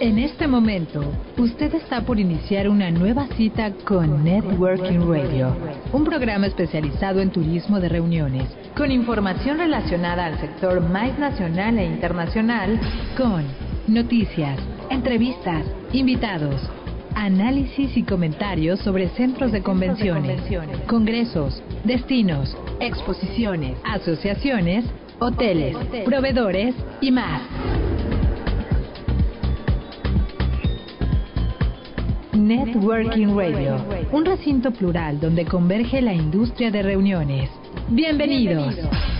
En este momento, usted está por iniciar una nueva cita con Networking Radio, un programa especializado en turismo de reuniones, con información relacionada al sector MICE nacional e internacional, con noticias, entrevistas, invitados, análisis y comentarios sobre centros de convenciones, congresos, destinos, exposiciones, asociaciones, hoteles, proveedores y más. Networking Radio, un recinto plural donde converge la industria de reuniones. Bienvenidos.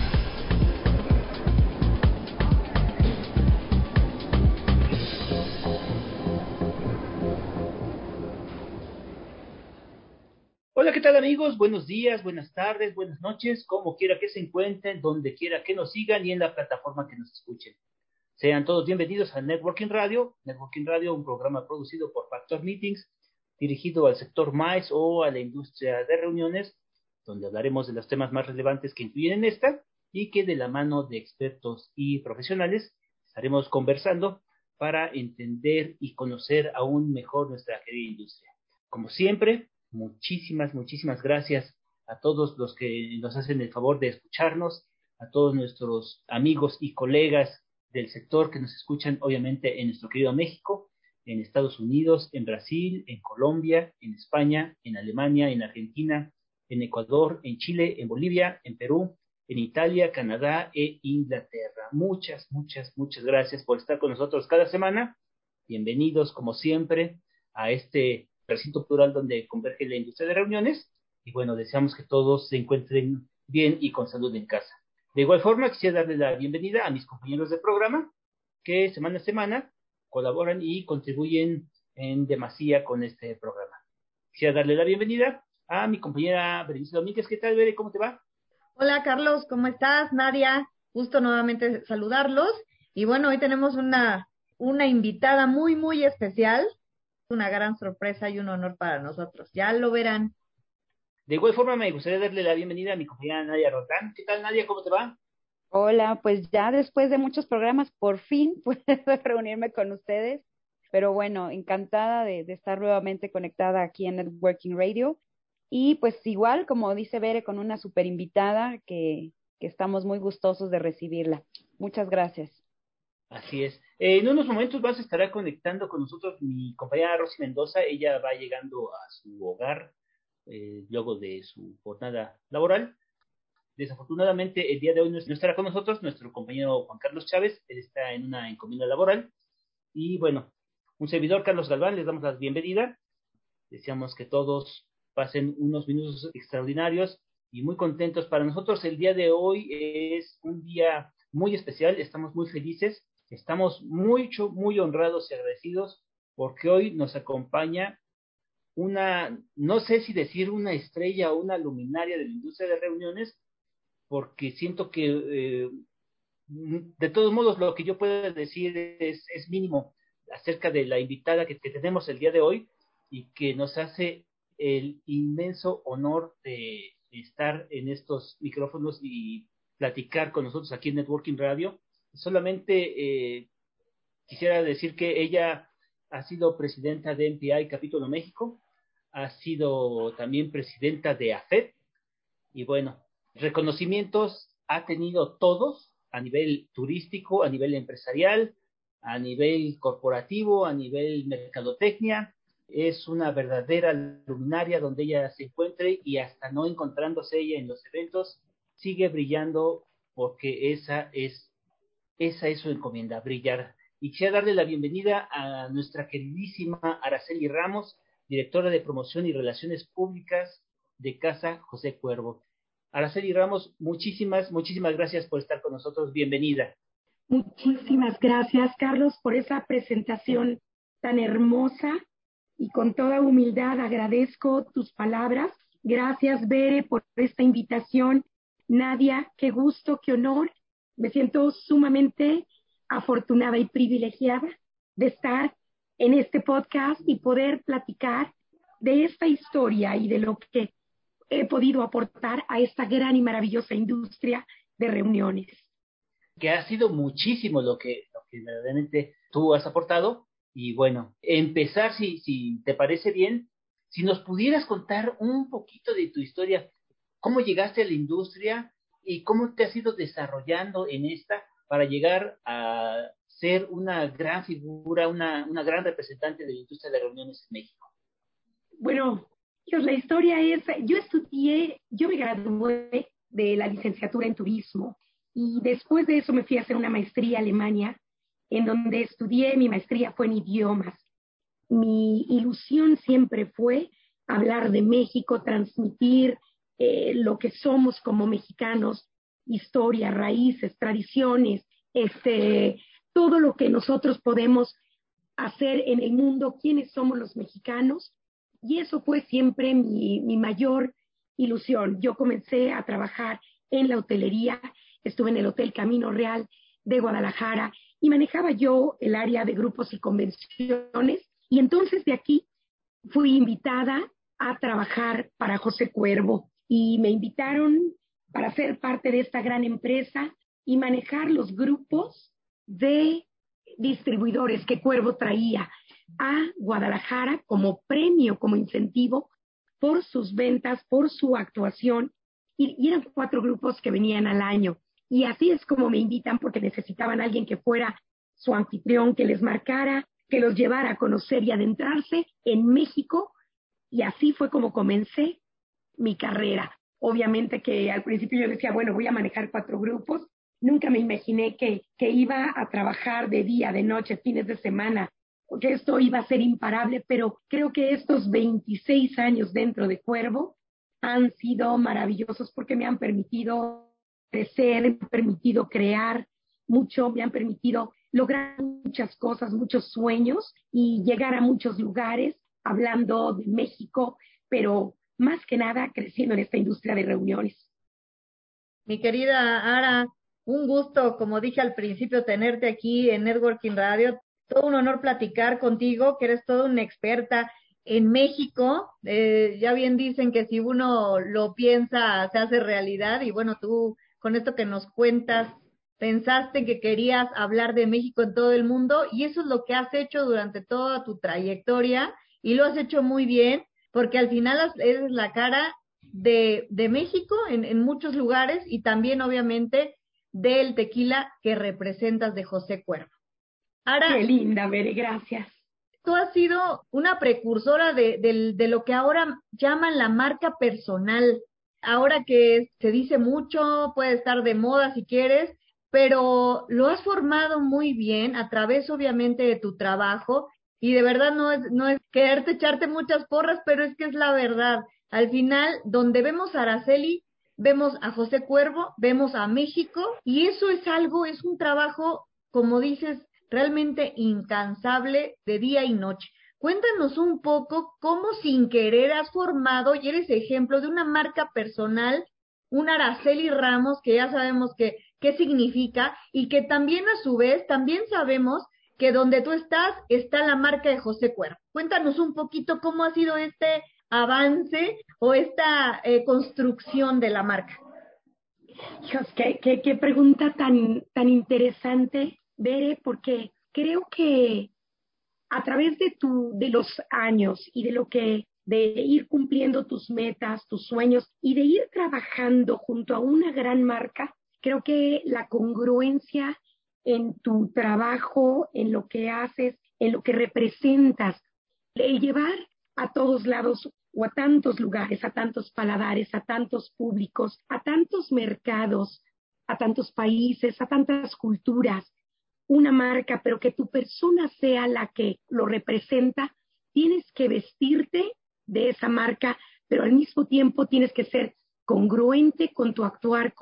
Hola, ¿qué tal amigos? Buenos días, buenas tardes, buenas noches, como quiera que se encuentren, donde quiera que nos sigan y en la plataforma que nos escuchen. Sean todos bienvenidos a Networking Radio. Networking Radio, un programa producido por Factor Meetings, dirigido al sector MICE o a la industria de reuniones, donde hablaremos de los temas más relevantes que influyen en esta y que de la mano de expertos y profesionales estaremos conversando para entender y conocer aún mejor nuestra querida industria. Como siempre, muchísimas gracias a todos los que nos hacen el favor de escucharnos, a todos nuestros amigos y colegas del sector que nos escuchan, obviamente, en nuestro querido México, en Estados Unidos, en Brasil, en Colombia, en España, en Alemania, en Argentina, en Ecuador, en Chile, en Bolivia, en Perú, en Italia, Canadá e Inglaterra. Muchas gracias por estar con nosotros cada semana. Bienvenidos, como siempre, a este recinto plural donde converge la industria de reuniones. Y bueno, deseamos que todos se encuentren bien y con salud en casa. De igual forma, quisiera darle la bienvenida a mis compañeros de programa que semana a semana colaboran y contribuyen en demasía con este programa. Quisiera darle la bienvenida a mi compañera Berenice Domínguez. ¿Qué tal, Bere? ¿Cómo te va? Hola, Carlos, ¿cómo estás? Nadia, gusto nuevamente saludarlos. Y bueno, hoy tenemos una invitada muy especial. Una gran sorpresa y un honor para nosotros. Ya lo verán. De igual forma, me gustaría darle la bienvenida a mi compañera Nadia Roldán. ¿Qué tal, Nadia? ¿Cómo te va? Hola, pues ya después de muchos programas, por fin puedo reunirme con ustedes, pero bueno, encantada de estar nuevamente conectada aquí en Networking Radio y pues igual, como dice Bere, con una super invitada que estamos muy gustosos de recibirla. Muchas gracias. Así es. En unos momentos vas a estar conectando con nosotros mi compañera Rosy Mendoza. Ella va llegando a su hogar luego de su jornada laboral. Desafortunadamente, el día de hoy no estará con nosotros nuestro compañero Juan Carlos Chávez. Él está en una encomienda laboral. Y bueno, un servidor, Carlos Galván, les damos la bienvenida. Deseamos que todos pasen unos minutos extraordinarios y muy contentos. Para nosotros el día de hoy es un día muy especial. Estamos muy felices. Estamos muy honrados y agradecidos porque hoy nos acompaña no sé si decir una estrella o una luminaria de la industria de reuniones, porque siento que de todos modos lo que yo puedo decir es mínimo acerca de la invitada que tenemos el día de hoy y que nos hace el inmenso honor de estar en estos micrófonos y platicar con nosotros aquí en Networking Radio. Solamente quisiera decir que ella ha sido presidenta de MPI Capítulo México, ha sido también presidenta de AFEP, y bueno, reconocimientos ha tenido todos a nivel turístico, a nivel empresarial, a nivel corporativo, a nivel mercadotecnia. Es una verdadera luminaria donde ella se encuentre y hasta no encontrándose ella en los eventos, sigue brillando porque esa es su encomienda, brillar. Y quisiera darle la bienvenida a nuestra queridísima Araceli Ramos, directora de Promoción y Relaciones Públicas de Casa José Cuervo. Araceli Ramos, muchísimas gracias por estar con nosotros. Bienvenida. Muchísimas gracias, Carlos, por esa presentación tan hermosa y con toda humildad agradezco tus palabras. Gracias, Bere, por esta invitación. Nadia, qué gusto, qué honor. Me siento sumamente afortunada y privilegiada de estar en este podcast y poder platicar de esta historia y de lo que he podido aportar a esta gran y maravillosa industria de reuniones. Que ha sido muchísimo lo que verdaderamente tú has aportado, Y bueno, empezar, si te parece bien, si nos pudieras contar un poquito de tu historia, cómo llegaste a la industria y cómo te has ido desarrollando en esta para llegar a ser una gran figura, una gran representante de la industria de reuniones en México. Bueno, la historia es, yo me gradué de la licenciatura en turismo y después de eso me fui a hacer una maestría a Alemania, en donde estudié, mi maestría fue en idiomas. Mi ilusión siempre fue hablar de México, transmitir lo que somos como mexicanos, historia, raíces, tradiciones, todo lo que nosotros podemos hacer en el mundo, quiénes somos los mexicanos, y eso fue siempre mi mayor ilusión. Yo comencé a trabajar en la hotelería, estuve en el Hotel Camino Real de Guadalajara y manejaba yo el área de grupos y convenciones, y entonces de aquí fui invitada a trabajar para José Cuervo y me invitaron para ser parte de esta gran empresa y manejar los grupos de distribuidores que Cuervo traía a Guadalajara como premio, como incentivo por sus ventas, por su actuación, y eran 4 grupos que venían al año. Y así es como me invitan porque necesitaban a alguien que fuera su anfitrión, que les marcara, que los llevara a conocer y adentrarse en México, y así fue como comencé mi carrera. Obviamente que al principio yo decía, bueno, voy a manejar 4 grupos. Nunca me imaginé que iba a trabajar de día, de noche, fines de semana, porque esto iba a ser imparable, pero creo que estos 26 años dentro de Cuervo han sido maravillosos porque me han permitido crecer, me han permitido crear mucho, me han permitido lograr muchas cosas, muchos sueños y llegar a muchos lugares hablando de México, pero más que nada creciendo en esta industria de reuniones. Mi querida Ara, un gusto, como dije al principio, tenerte aquí en Networking Radio. Todo un honor platicar contigo, que eres toda una experta en México. Ya bien dicen que si uno lo piensa, se hace realidad. Y bueno, tú con esto que nos cuentas, pensaste que querías hablar de México en todo el mundo y eso es lo que has hecho durante toda tu trayectoria y lo has hecho muy bien, porque al final eres la cara de México en muchos lugares y también obviamente del tequila que representas de José Cuervo. Ahora, qué linda, Bere, gracias. tú has sido una precursora de lo que ahora llaman la marca personal. Ahora que se dice mucho, puede estar de moda si quieres, pero lo has formado muy bien a través obviamente de tu trabajo y de verdad no es quererte echarte muchas porras, pero es que es la verdad. Al final, donde vemos a Araceli, vemos a José Cuervo, vemos a México y eso es algo, es un trabajo, como dices, realmente incansable de día y noche. Cuéntanos un poco cómo sin querer has formado y eres ejemplo de una marca personal, un Araceli Ramos, que ya sabemos qué significa y que también a su vez, también sabemos que donde tú estás está la marca de José Cuervo. Cuéntanos un poquito cómo ha sido este avance o esta construcción de la marca. Dios, qué pregunta tan interesante, Bere, porque creo que a través de los años y de ir cumpliendo tus metas, tus sueños y de ir trabajando junto a una gran marca, creo que la congruencia en tu trabajo, en lo que haces, en lo que representas, el llevar a todos lados o a tantos lugares, a tantos paladares, a tantos públicos, a tantos mercados, a tantos países, a tantas culturas, una marca, pero que tu persona sea la que lo representa, tienes que vestirte de esa marca, pero al mismo tiempo tienes que ser congruente con tu actuar,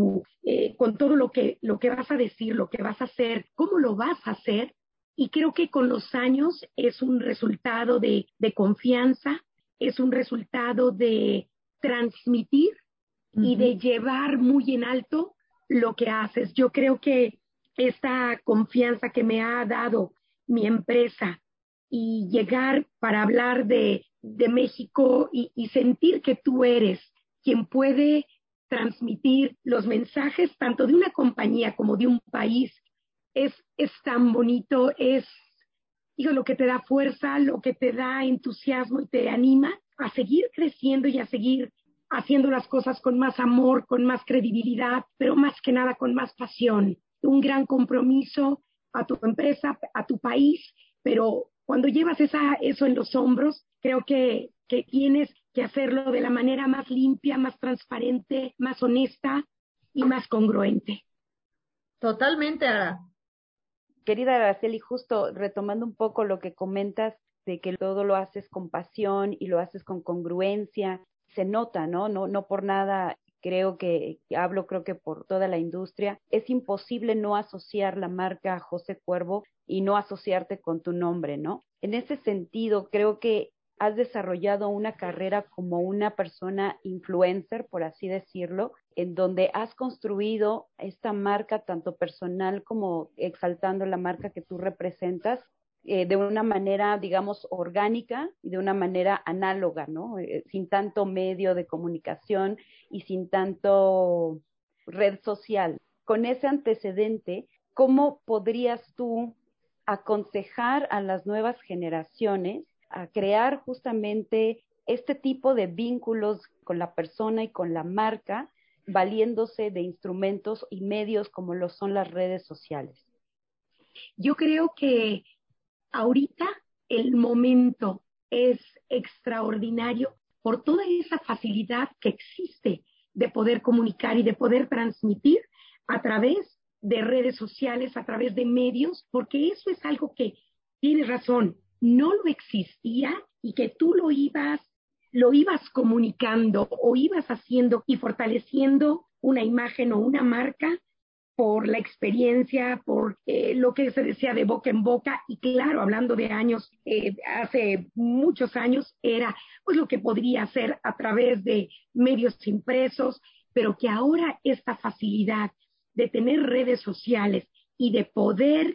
con todo lo que vas a decir, lo que vas a hacer, cómo lo vas a hacer. Y creo que con los años es un resultado de confianza, es un resultado de transmitir y de llevar muy en alto lo que haces. Yo creo que esta confianza que me ha dado mi empresa y llegar para hablar de México y sentir que tú eres quien puede transmitir los mensajes tanto de una compañía como de un país es tan bonito, lo que te da fuerza, lo que te da entusiasmo y te anima a seguir creciendo y a seguir haciendo las cosas con más amor, con más credibilidad, pero más que nada con más pasión. Un gran compromiso a tu empresa, a tu país, pero cuando llevas eso en los hombros, creo que tienes que hacerlo de la manera más limpia, más transparente, más honesta y más congruente. Totalmente, Ara. Querida Araceli, justo retomando un poco lo que comentas de que todo lo haces con pasión y lo haces con congruencia, se nota, ¿no? No por nada creo que por toda la industria, es imposible no asociar la marca José Cuervo y no asociarte con tu nombre, ¿no? En ese sentido, creo que has desarrollado una carrera como una persona influencer, por así decirlo, en donde has construido esta marca tanto personal como exaltando la marca que tú representas de una manera, digamos, orgánica y de una manera análoga, ¿no? Sin tanto medio de comunicación y sin tanto red social. Con ese antecedente, ¿cómo podrías tú aconsejar a las nuevas generaciones a crear justamente este tipo de vínculos con la persona y con la marca, valiéndose de instrumentos y medios como lo son las redes sociales? Yo creo que ahorita el momento es extraordinario por toda esa facilidad que existe de poder comunicar y de poder transmitir a través de redes sociales, a través de medios, porque eso es algo que, tienes razón, no lo existía y que tú lo ibas comunicando o ibas haciendo y fortaleciendo una imagen o una marca por la experiencia, por lo que se decía de boca en boca, y claro, hablando de años, hace muchos años era pues lo que podría hacer a través de medios impresos, pero que ahora esta facilidad de tener redes sociales y de poder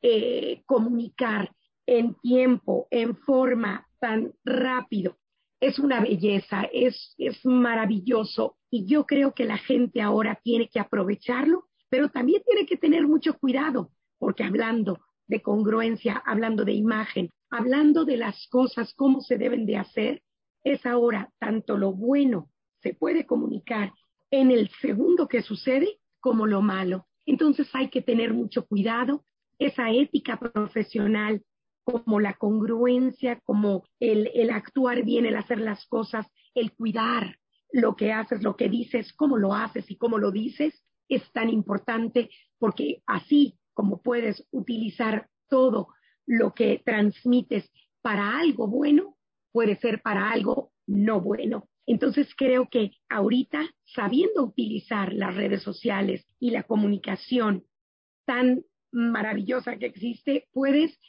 comunicar en tiempo, en forma tan rápido, es una belleza, es maravilloso, y yo creo que la gente ahora tiene que aprovecharlo, pero también tiene que tener mucho cuidado, porque hablando de congruencia, hablando de imagen, hablando de las cosas, cómo se deben de hacer, es ahora tanto lo bueno se puede comunicar en el segundo que sucede como lo malo. Entonces hay que tener mucho cuidado, esa ética profesional, como la congruencia, como el actuar bien, el hacer las cosas, el cuidar lo que haces, lo que dices, cómo lo haces y cómo lo dices, es tan importante, porque así como puedes utilizar todo lo que transmites para algo bueno, puede ser para algo no bueno. Entonces creo que ahorita, sabiendo utilizar las redes sociales y la comunicación tan maravillosa que existe, puedes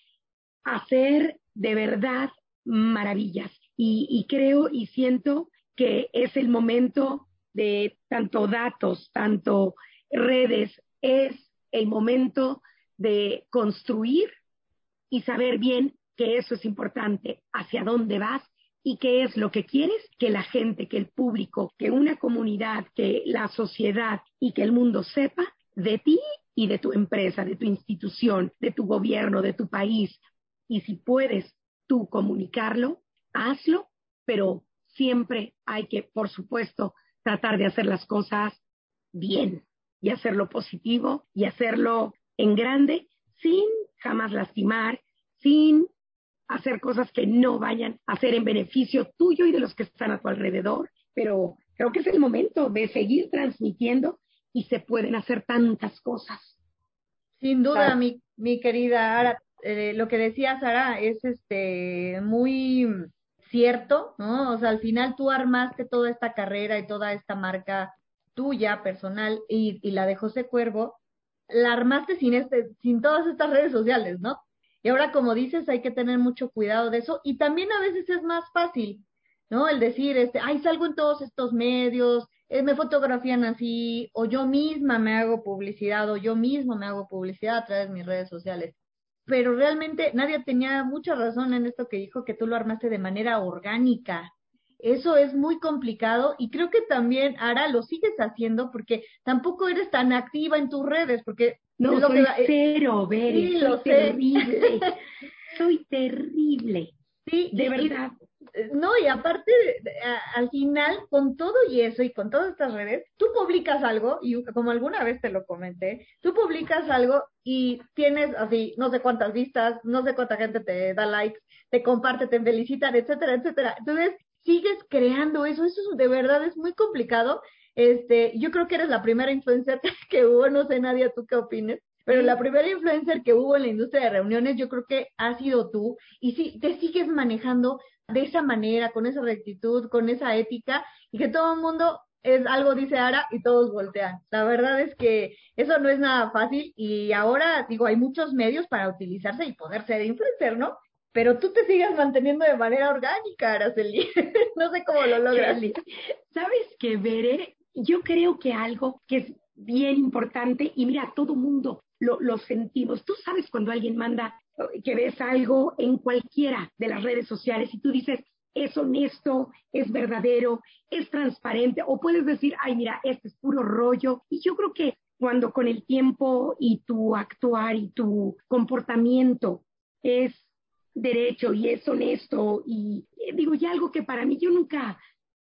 hacer de verdad maravillas. Y creo y siento que es el momento de tanto datos, tanto redes, es el momento de construir y saber bien que eso es importante, hacia dónde vas y qué es lo que quieres que la gente, que el público, que una comunidad, que la sociedad y que el mundo sepa de ti y de tu empresa, de tu institución, de tu gobierno, de tu país. Y si puedes tú comunicarlo, hazlo, pero siempre hay que, por supuesto, tratar de hacer las cosas bien y hacerlo positivo y hacerlo en grande sin jamás lastimar, sin hacer cosas que no vayan a ser en beneficio tuyo y de los que están a tu alrededor. Pero creo que es el momento de seguir transmitiendo y se pueden hacer tantas cosas. Sin duda, mi querida Ara, lo que decía Sara es muy cierto, ¿no? O sea, al final tú armaste toda esta carrera y toda esta marca tuya, personal, y la de José Cuervo, la armaste sin todas estas redes sociales, ¿no? Y ahora, como dices, hay que tener mucho cuidado de eso, y también a veces es más fácil, ¿no? El decir, ay, salgo en todos estos medios, me fotografían así, o yo misma me hago publicidad, o yo mismo me hago publicidad a través de mis redes sociales. Pero realmente nadie tenía mucha razón en esto que dijo, que tú lo armaste de manera orgánica. Eso es muy complicado y creo que también, Ara, lo sigues haciendo porque tampoco eres tan activa en tus redes, porque no, es lo soy que cero, Bere, sí, soy lo sé. terrible. soy terrible. Sí, de verdad. No, y aparte, al final, con todo y eso y con todas estas redes, tú publicas algo, y como alguna vez te lo comenté, tú publicas algo y tienes así, no sé cuántas vistas, no sé cuánta gente te da likes, te comparte, te felicitan, etcétera, etcétera. Entonces, sigues creando eso de verdad es muy complicado. Yo creo que eres la primera influencer que hubo, no sé, Nadia, ¿tú qué opines? Pero la primera influencer que hubo en la industria de reuniones, yo creo que has sido tú, y sí, te sigues manejando de esa manera, con esa rectitud, con esa ética, y que todo el mundo es algo, dice Ara, y todos voltean. La verdad es que eso no es nada fácil, y ahora, digo, hay muchos medios para utilizarse y poder ser influencer, ¿no? Pero tú te sigues manteniendo de manera orgánica, Araceli. No sé cómo lo logras. Kelly, ¿sabes qué, Bere? Yo creo que algo que es bien importante, y mira, todo mundo lo sentimos. Tú sabes cuando alguien manda que ves algo en cualquiera de las redes sociales y tú dices, es honesto, es verdadero, es transparente, o puedes decir, ay, mira, este es puro rollo. Y yo creo que cuando con el tiempo y tu actuar y tu comportamiento es derecho y es honesto y digo, y algo que para mí yo nunca,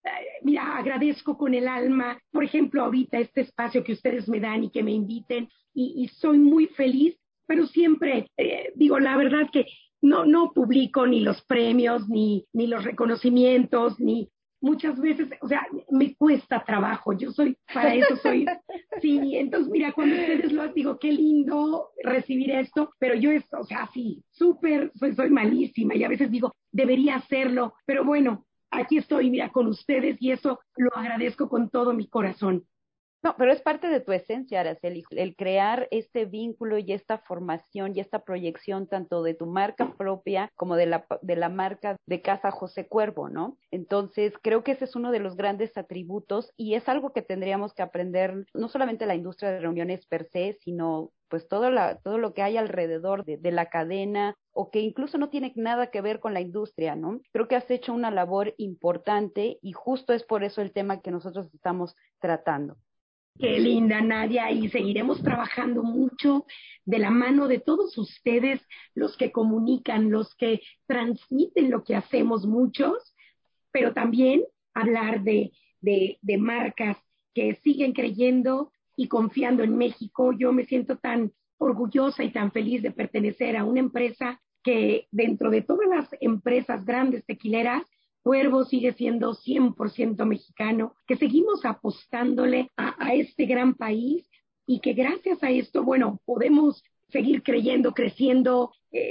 mira, agradezco con el alma, por ejemplo, ahorita este espacio que ustedes me dan y que me inviten y soy muy feliz, pero siempre digo, la verdad que no publico ni los premios, ni los reconocimientos, ni muchas veces, o sea, me cuesta trabajo, yo soy, para eso soy, sí, entonces mira, cuando ustedes lo digo, qué lindo recibir esto, pero yo es, o sea, sí, súper, soy malísima y a veces digo, debería hacerlo, pero bueno, aquí estoy, mira, con ustedes y eso lo agradezco con todo mi corazón. No, pero es parte de tu esencia, Araceli, el crear este vínculo y esta formación y esta proyección tanto de tu marca propia como de la marca de Casa José Cuervo, ¿no? Entonces, creo que ese es uno de los grandes atributos y es algo que tendríamos que aprender, no solamente la industria de reuniones per se, sino pues todo lo que hay alrededor de la cadena o que incluso no tiene nada que ver con la industria, ¿no? Creo que has hecho una labor importante y justo es por eso el tema que nosotros estamos tratando. Qué linda, Nadia, y seguiremos trabajando mucho de la mano de todos ustedes, los que comunican, los que transmiten lo que hacemos muchos, pero también hablar de marcas que siguen creyendo y confiando en México. Yo me siento tan orgullosa y tan feliz de pertenecer a una empresa que dentro de todas las empresas grandes tequileras, Cuervo sigue siendo 100% mexicano, que seguimos apostándole a este gran país y que gracias a esto, bueno, podemos seguir creyendo, creciendo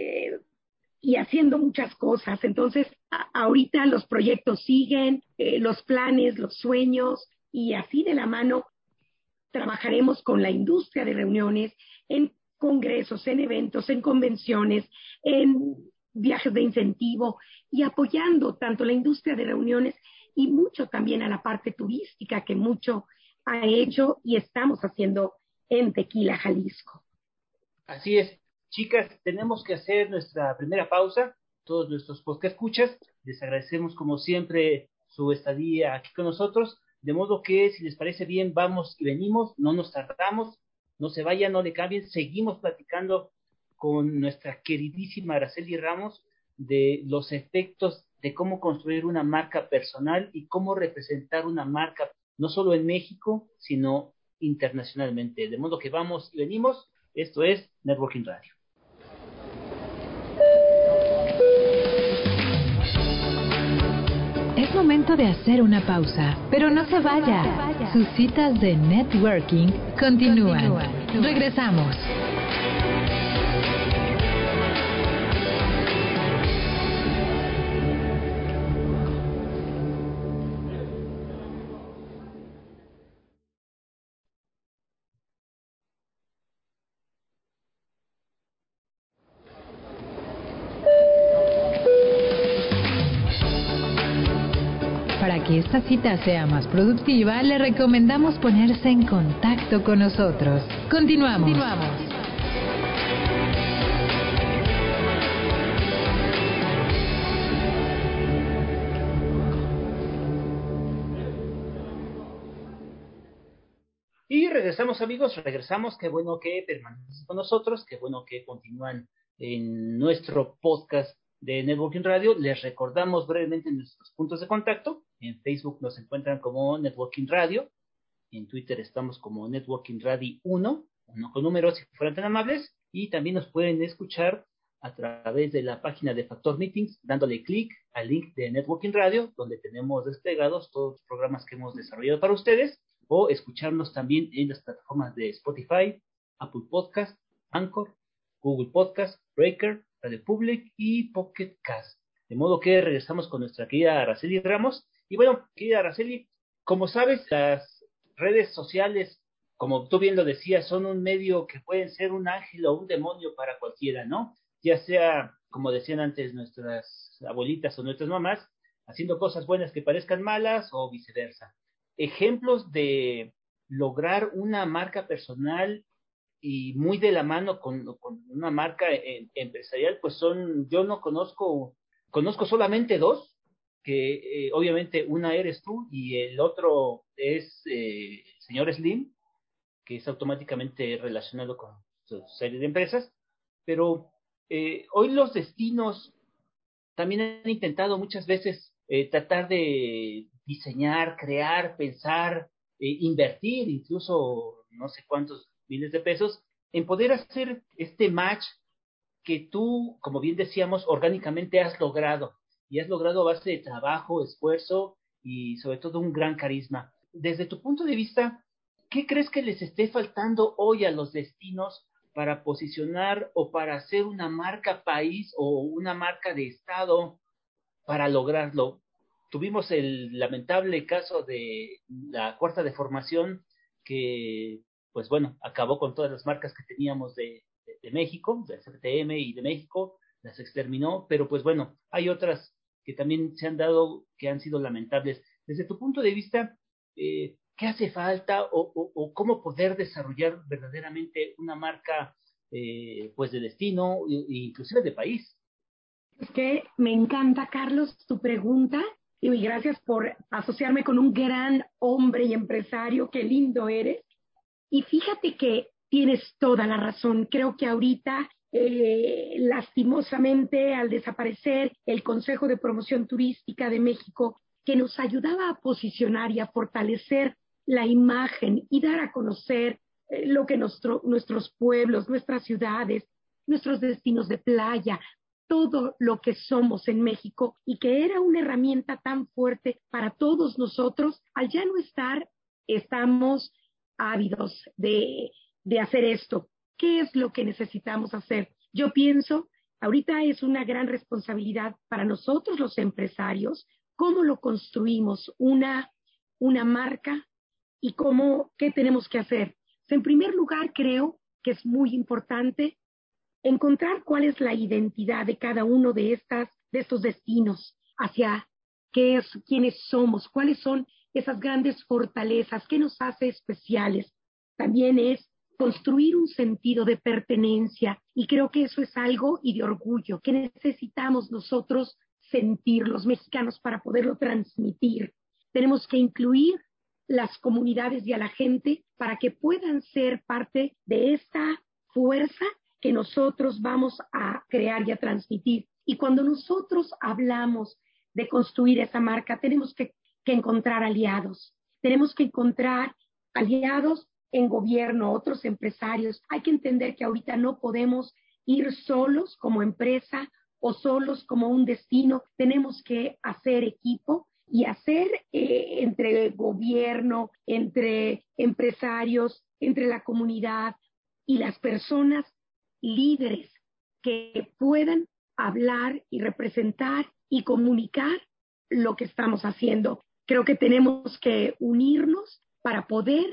y haciendo muchas cosas. Entonces, ahorita los proyectos siguen, los planes, los sueños, y así de la mano trabajaremos con la industria de reuniones en congresos, en eventos, en convenciones, en viajes de incentivo y apoyando tanto la industria de reuniones y mucho también a la parte turística que mucho ha hecho y estamos haciendo en Tequila, Jalisco. Así es, chicas, tenemos que hacer nuestra primera pausa. Todos nuestros podcast escuchas, les agradecemos como siempre su estadía aquí con nosotros, de modo que si les parece bien, vamos y venimos, no nos tardamos, no se vayan, no le cambien, seguimos platicando con nuestra queridísima Araceli Ramos de los efectos de cómo construir una marca personal y cómo representar una marca no solo en México, sino internacionalmente. De modo que vamos y venimos. Esto es Networking Radio. Es momento de hacer una pausa, pero no se vaya. Sus citas de networking continúan. Regresamos. Para que esta cita sea más productiva, le recomendamos ponerse en contacto con nosotros. Continuamos. Y regresamos, amigos, regresamos. Qué bueno que permanecen con nosotros, qué bueno que continúan en nuestro podcast de Networking Radio. Les recordamos brevemente nuestros puntos de contacto. En Facebook nos encuentran como Networking Radio. En Twitter estamos como Networking Radio 1 con números, si fueran tan amables. Y también nos pueden escuchar a través de la página de Factor Meetings, dándole clic al link de Networking Radio, donde tenemos desplegados todos los programas que hemos desarrollado para ustedes, o escucharnos también en las plataformas de Spotify, Apple Podcast, Anchor, Google Podcast, Breaker, Radio Public y Pocket Cast. De modo que regresamos con nuestra querida Araceli Ramos. Y bueno, querida Araceli, como sabes, las redes sociales, como tú bien lo decías, son un medio que pueden ser un ángel o un demonio para cualquiera, ¿no? Ya sea, como decían antes nuestras abuelitas o nuestras mamás, haciendo cosas buenas que parezcan malas o viceversa. Ejemplos de lograr una marca personal y muy de la mano con una marca empresarial, pues yo no conozco solamente dos, que obviamente una eres tú y el otro es señor Slim, que es automáticamente relacionado con su serie de empresas, pero hoy los destinos también han intentado muchas veces tratar de diseñar, crear, pensar, invertir incluso no sé cuántos miles de pesos en poder hacer este match que tú, como bien decíamos, orgánicamente has logrado y has logrado a base de trabajo, esfuerzo y sobre todo un gran carisma. Desde tu punto de vista, ¿qué crees que les esté faltando hoy a los destinos para posicionar o para hacer una marca país o una marca de estado para lograrlo? Tuvimos el lamentable caso de la cuarta de formación que, pues bueno, acabó con todas las marcas que teníamos de México, de CTM y de México, las exterminó, pero pues bueno, hay otras que también se han dado que han sido lamentables. Desde tu punto de vista, ¿qué hace falta o cómo poder desarrollar verdaderamente una marca pues de destino e inclusive de país? Es que me encanta, Carlos, tu pregunta y gracias por asociarme con un gran hombre y empresario. Qué lindo eres. Y fíjate que tienes toda la razón. Creo que ahorita, lastimosamente, al desaparecer el Consejo de Promoción Turística de México, que nos ayudaba a posicionar y a fortalecer la imagen y dar a conocer lo que nuestros pueblos, nuestras ciudades, nuestros destinos de playa, todo lo que somos en México y que era una herramienta tan fuerte para todos nosotros, al ya no estar, estamos ávidos de hacer esto. ¿Qué es lo que necesitamos hacer? Yo pienso, ahorita es una gran responsabilidad para nosotros los empresarios, cómo lo construimos, una marca y qué tenemos que hacer. En primer lugar, creo que es muy importante encontrar cuál es la identidad de cada uno de estos destinos, hacia quiénes somos, cuáles son esas grandes fortalezas, qué nos hace especiales. También es construir un sentido de pertenencia y creo que eso es algo y de orgullo que necesitamos nosotros sentir los mexicanos para poderlo transmitir. Tenemos que incluir las comunidades y a la gente para que puedan ser parte de esta fuerza que nosotros vamos a crear y a transmitir. Y cuando nosotros hablamos de construir esa marca, tenemos que encontrar aliados. Tenemos que encontrar aliados en gobierno, otros empresarios. Hay que entender que ahorita no podemos ir solos como empresa o solos como un destino. Tenemos que hacer equipo y hacer entre gobierno, entre empresarios, entre la comunidad y las personas líderes que puedan hablar y representar y comunicar lo que estamos haciendo. Creo que tenemos que unirnos para poder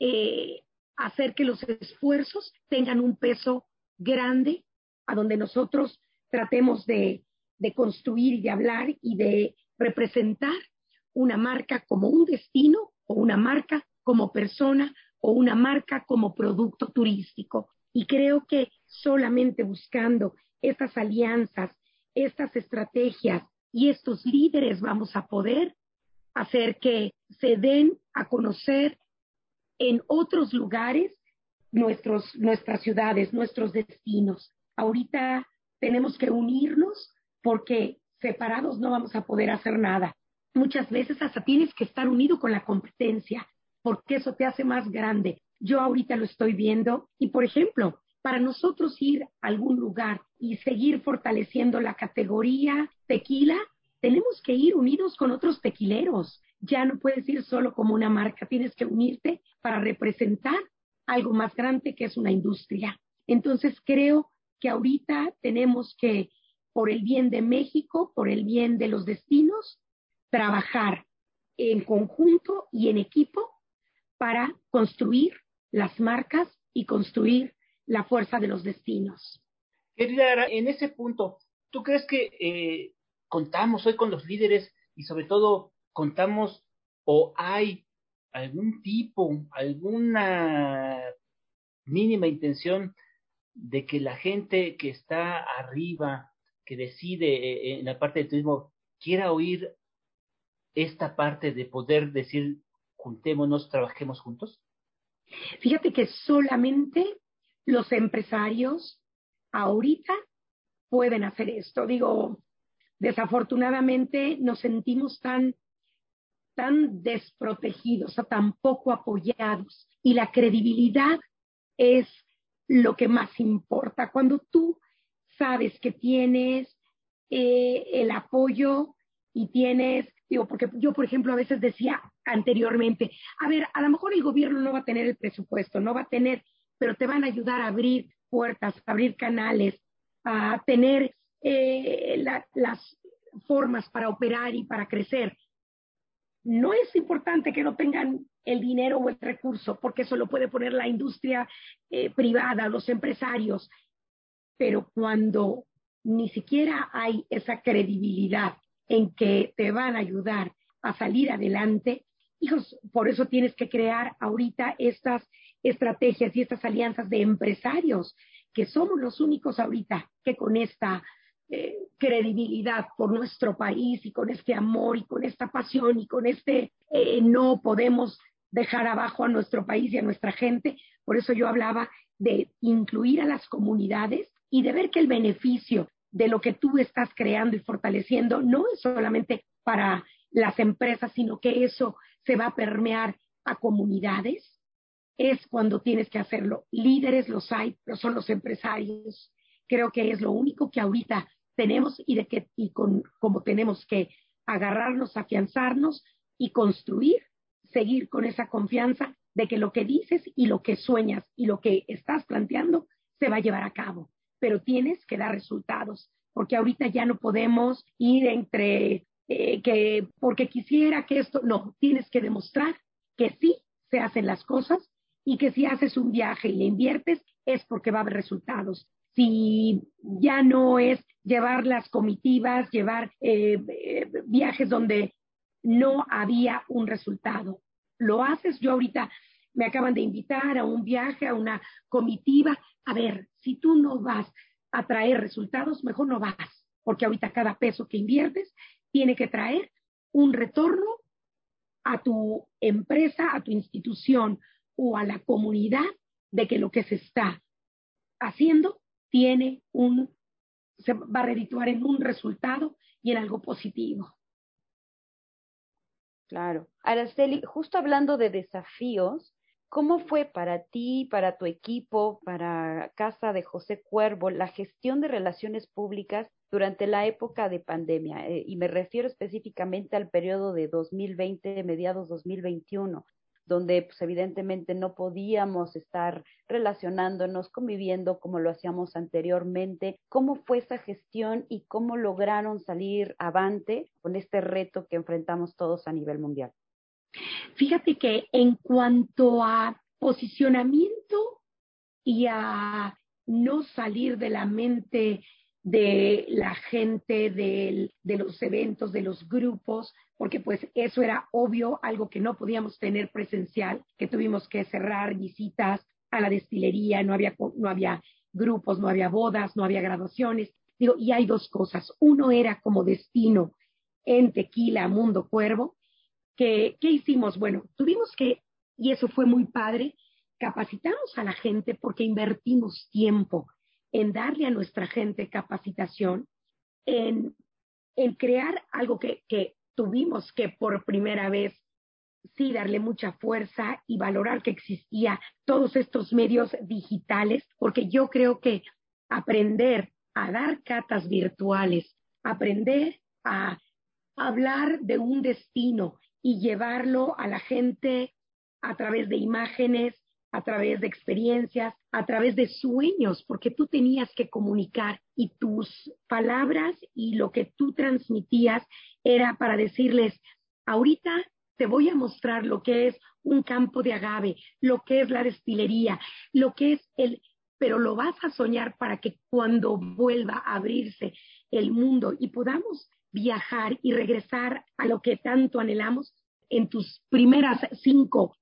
hacer que los esfuerzos tengan un peso grande a donde nosotros tratemos de construir y de hablar y de representar una marca como un destino o una marca como persona o una marca como producto turístico. Y creo que solamente buscando estas alianzas, estas estrategias y estos líderes vamos a poder hacer que se den a conocer en otros lugares nuestras ciudades, nuestros destinos. Ahorita tenemos que unirnos porque separados no vamos a poder hacer nada. Muchas veces hasta tienes que estar unido con la competencia, porque eso te hace más grande. Yo ahorita lo estoy viendo y, por ejemplo, para nosotros ir a algún lugar y seguir fortaleciendo la categoría tequila, tenemos que ir unidos con otros tequileros. Ya no puedes ir solo como una marca, tienes que unirte para representar algo más grande que es una industria. Entonces creo que ahorita tenemos que, por el bien de México, por el bien de los destinos, trabajar en conjunto y en equipo para construir las marcas y construir la fuerza de los destinos. Querida Ara, en ese punto, ¿tú crees que contamos hoy con los líderes y sobre todo contamos o hay algún tipo, alguna mínima intención de que la gente que está arriba, que decide en la parte de turismo, quiera oír esta parte de poder decir, juntémonos, trabajemos juntos? Fíjate que solamente los empresarios ahorita pueden hacer esto. Digo, desafortunadamente nos sentimos tan desprotegidos, o tan poco apoyados. Y la credibilidad es lo que más importa. Cuando tú sabes que tienes el apoyo y tienes, digo, porque yo, por ejemplo, a veces decía anteriormente, a ver, a lo mejor el gobierno no va a tener el presupuesto, no va a tener, pero te van a ayudar a abrir puertas, a abrir canales, a tener las formas para operar y para crecer. No es importante que no tengan el dinero o el recurso, porque eso lo puede poner la industria privada, los empresarios, pero cuando ni siquiera hay esa credibilidad en que te van a ayudar a salir adelante, hijos, por eso tienes que crear ahorita estas estrategias y estas alianzas de empresarios, que somos los únicos ahorita que con esta credibilidad por nuestro país y con este amor y con esta pasión y con no podemos dejar abajo a nuestro país y a nuestra gente. Por eso yo hablaba de incluir a las comunidades y de ver que el beneficio de lo que tú estás creando y fortaleciendo no es solamente para las empresas, sino que eso se va a permear a comunidades. Es cuando tienes que hacerlo. Líderes los hay, pero son los empresarios. Creo que es lo único que ahorita tenemos como tenemos que agarrarnos, afianzarnos y construir, seguir con esa confianza de que lo que dices y lo que sueñas y lo que estás planteando se va a llevar a cabo, pero tienes que dar resultados, porque ahorita ya no podemos ir entre que porque quisiera que esto, no, tienes que demostrar que sí se hacen las cosas y que si haces un viaje y le inviertes es porque va a haber resultados. Si ya no es llevar las comitivas, llevar viajes donde no había un resultado. Lo haces, yo ahorita me acaban de invitar a un viaje, a una comitiva. A ver, si tú no vas a traer resultados, mejor no vas, porque ahorita cada peso que inviertes tiene que traer un retorno a tu empresa, a tu institución o a la comunidad de que lo que se está haciendo se va a redituar en un resultado y en algo positivo. Claro. Araceli, justo hablando de desafíos, ¿cómo fue para ti, para tu equipo, para Casa de José Cuervo, la gestión de relaciones públicas durante la época de pandemia? Y me refiero específicamente al periodo de 2020, mediados 2021, donde pues evidentemente no podíamos estar relacionándonos, conviviendo como lo hacíamos anteriormente. ¿Cómo fue esa gestión y cómo lograron salir avante con este reto que enfrentamos todos a nivel mundial? Fíjate que en cuanto a posicionamiento y a no salir de la mente de la gente, de los eventos, de los grupos, porque pues eso era obvio, algo que no podíamos tener presencial, que tuvimos que cerrar visitas a la destilería, no había grupos, no había bodas, no había graduaciones. Digo, y hay dos cosas. Uno era como destino en Tequila, Mundo Cuervo. ¿Qué hicimos? Bueno, tuvimos que, y eso fue muy padre, capacitamos a la gente porque invertimos tiempo en darle a nuestra gente capacitación, en, en crear algo que tuvimos que por primera vez sí darle mucha fuerza y valorar que existía todos estos medios digitales, porque yo creo que aprender a dar catas virtuales, aprender a hablar de un destino y llevarlo a la gente a través de imágenes, a través de experiencias, a través de sueños, porque tú tenías que comunicar y tus palabras y lo que tú transmitías era para decirles, ahorita te voy a mostrar lo que es un campo de agave, lo que es la destilería, lo que es pero lo vas a soñar para que cuando vuelva a abrirse el mundo y podamos viajar y regresar a lo que tanto anhelamos, en tus primeras 5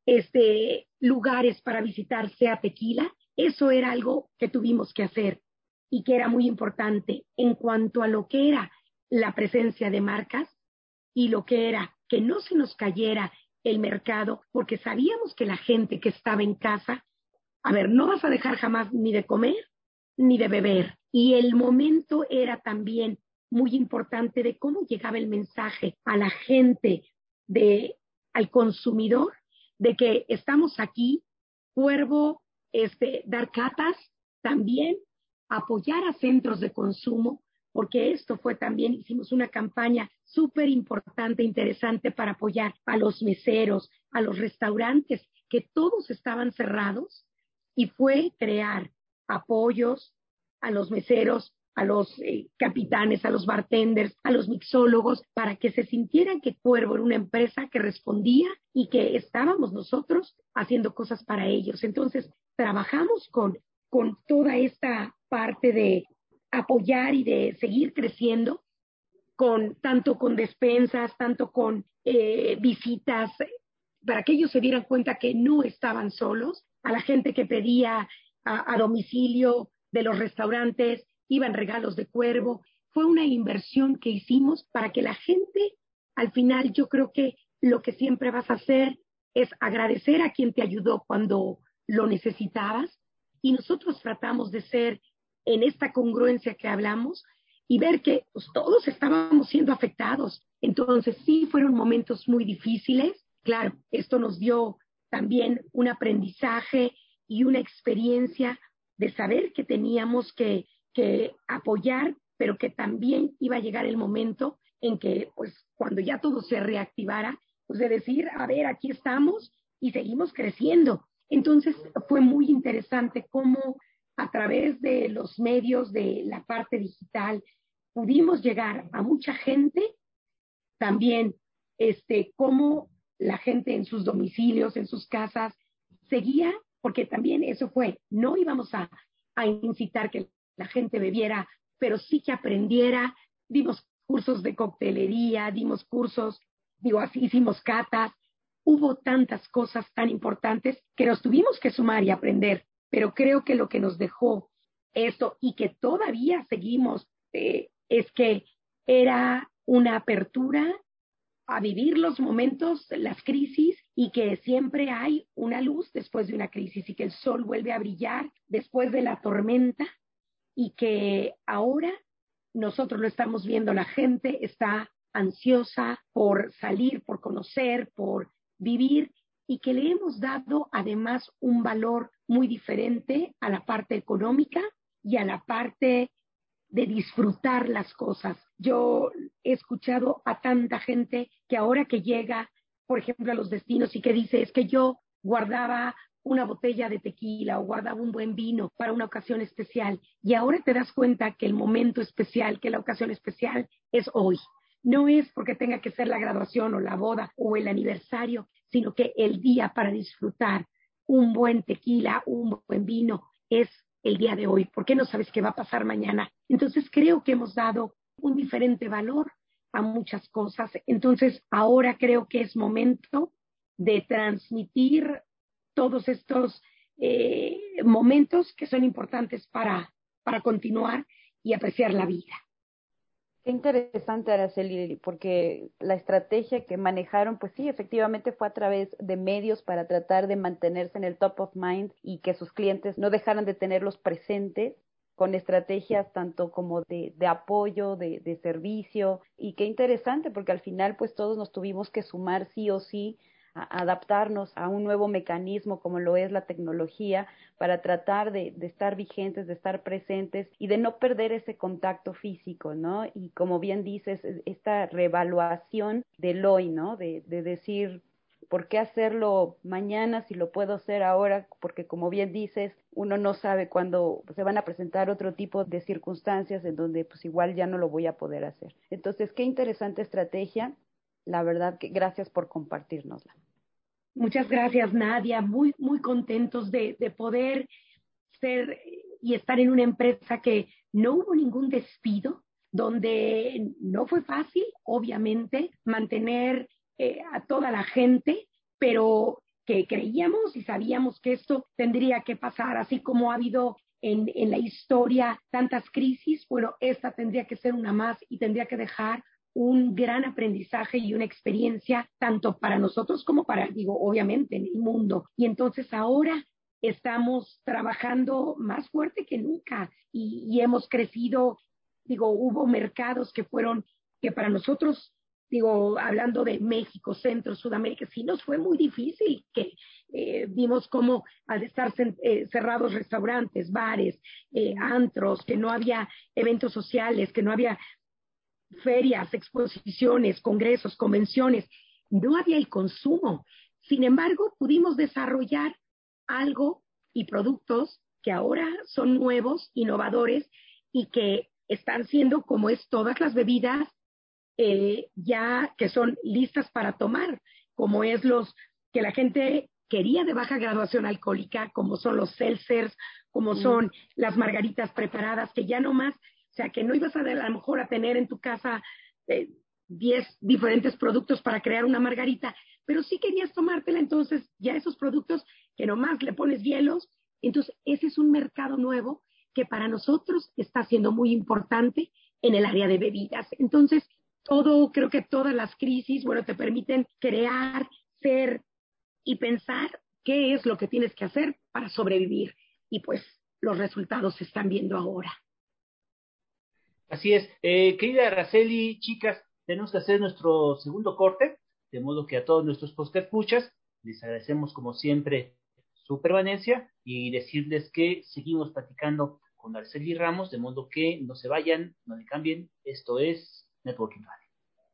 lugares para visitar sea Tequila, eso era algo que tuvimos que hacer y que era muy importante en cuanto a lo que era la presencia de marcas y lo que era que no se nos cayera el mercado, porque sabíamos que la gente que estaba en casa, a ver, no vas a dejar jamás ni de comer ni de beber. Y el momento era también muy importante de cómo llegaba el mensaje a la gente, al consumidor, de que estamos aquí, Cuervo, dar catas, también apoyar a centros de consumo, porque esto fue también, hicimos una campaña súper importante, interesante para apoyar a los meseros, a los restaurantes, que todos estaban cerrados, y fue crear apoyos a los meseros, a los capitanes, a los bartenders, a los mixólogos, para que se sintieran que Cuervo era una empresa que respondía y que estábamos nosotros haciendo cosas para ellos. Entonces, trabajamos con toda esta parte de apoyar y de seguir creciendo, tanto con despensas, tanto con visitas, para que ellos se dieran cuenta que no estaban solos, a la gente que pedía a domicilio de los restaurantes, iban regalos de Cuervo. Fue una inversión que hicimos para que la gente, al final, yo creo que lo que siempre vas a hacer es agradecer a quien te ayudó cuando lo necesitabas, y nosotros tratamos de ser en esta congruencia que hablamos y ver que pues, todos estábamos siendo afectados. Entonces sí fueron momentos muy difíciles. Claro, esto nos dio también un aprendizaje y una experiencia de saber que teníamos que apoyar, pero que también iba a llegar el momento en que, pues, cuando ya todo se reactivara, pues de decir, a ver, aquí estamos y seguimos creciendo. Entonces fue muy interesante cómo a través de los medios de la parte digital pudimos llegar a mucha gente, también cómo la gente en sus domicilios, en sus casas, seguía, porque también eso fue, no íbamos a incitar que la gente bebiera, pero sí que aprendiera. Dimos cursos de coctelería, dimos cursos, así hicimos catas. Hubo tantas cosas tan importantes que nos tuvimos que sumar y aprender, pero creo que lo que nos dejó esto y que todavía seguimos es que era una apertura a vivir los momentos, las crisis, y que siempre hay una luz después de una crisis y que el sol vuelve a brillar después de la tormenta, y que ahora nosotros lo estamos viendo, la gente está ansiosa por salir, por conocer, por vivir, y que le hemos dado además un valor muy diferente a la parte económica y a la parte de disfrutar las cosas. Yo he escuchado a tanta gente que ahora que llega, por ejemplo, a los destinos y que dice, es que yo guardaba una botella de tequila o guardaba un buen vino para una ocasión especial, y ahora te das cuenta que el momento especial, que la ocasión especial es hoy. No es porque tenga que ser la graduación o la boda o el aniversario, sino que el día para disfrutar un buen tequila, un buen vino, es el día de hoy. ¿Por qué no sabes qué va a pasar mañana? Entonces creo que hemos dado un diferente valor a muchas cosas. Entonces ahora creo que es momento de transmitir todos estos momentos que son importantes para continuar y apreciar la vida. Qué interesante, Araceli, porque la estrategia que manejaron, pues sí, efectivamente fue a través de medios para tratar de mantenerse en el top of mind y que sus clientes no dejaran de tenerlos presentes. con estrategias tanto como de apoyo, de servicio, y qué interesante porque al final pues todos nos tuvimos que sumar sí o sí a adaptarnos a un nuevo mecanismo como lo es la tecnología para tratar de estar vigentes, de estar presentes y de no perder ese contacto físico, ¿no? Y como bien dices, esta reevaluación del hoy, ¿no? De decir, ¿por qué hacerlo mañana si lo puedo hacer ahora? Porque como bien dices, uno no sabe cuándo se van a presentar otro tipo de circunstancias en donde pues igual ya no lo voy a poder hacer. Entonces, qué interesante estrategia. La verdad que gracias por compartirnosla. Muchas gracias, Nadia. Muy, muy contentos de poder ser y estar en una empresa que no hubo ningún despido, donde no fue fácil, obviamente, mantener a toda la gente, pero que creíamos y sabíamos que esto tendría que pasar, así como ha habido en la historia tantas crisis, bueno, esta tendría que ser una más y tendría que dejar un gran aprendizaje y una experiencia tanto para nosotros como para, digo, obviamente en el mundo. Y entonces ahora estamos trabajando más fuerte que nunca y hemos crecido, digo, hubo mercados que fueron, que para nosotros, digo, hablando de México, Centro, Sudamérica, sí nos fue muy difícil, que vimos cómo al estar cerrados restaurantes, bares, antros, que no había eventos sociales, que no había ferias, exposiciones, congresos, convenciones, no había el consumo. Sin embargo, pudimos desarrollar algo y productos que ahora son nuevos, innovadores y que están siendo, como es todas las bebidas, ya que son listas para tomar, como es los que la gente quería de baja graduación alcohólica, como son los seltzers, como son las margaritas preparadas, que ya no más, o sea, que no ibas a lo mejor a tener en tu casa 10 diferentes productos para crear una margarita, pero sí querías tomártela, entonces ya esos productos que nomás le pones hielos, entonces ese es un mercado nuevo que para nosotros está siendo muy importante en el área de bebidas. Entonces, creo que todas las crisis, bueno, te permiten crear, ser y pensar qué es lo que tienes que hacer para sobrevivir. Y pues los resultados se están viendo ahora. Así es. Querida Araceli, chicas, tenemos que hacer nuestro segundo corte, de modo que a todos nuestros escuchas les agradecemos como siempre su permanencia y decirles que seguimos platicando con Araceli Ramos, de modo que no se vayan, no le cambien. Esto es Networking Radio.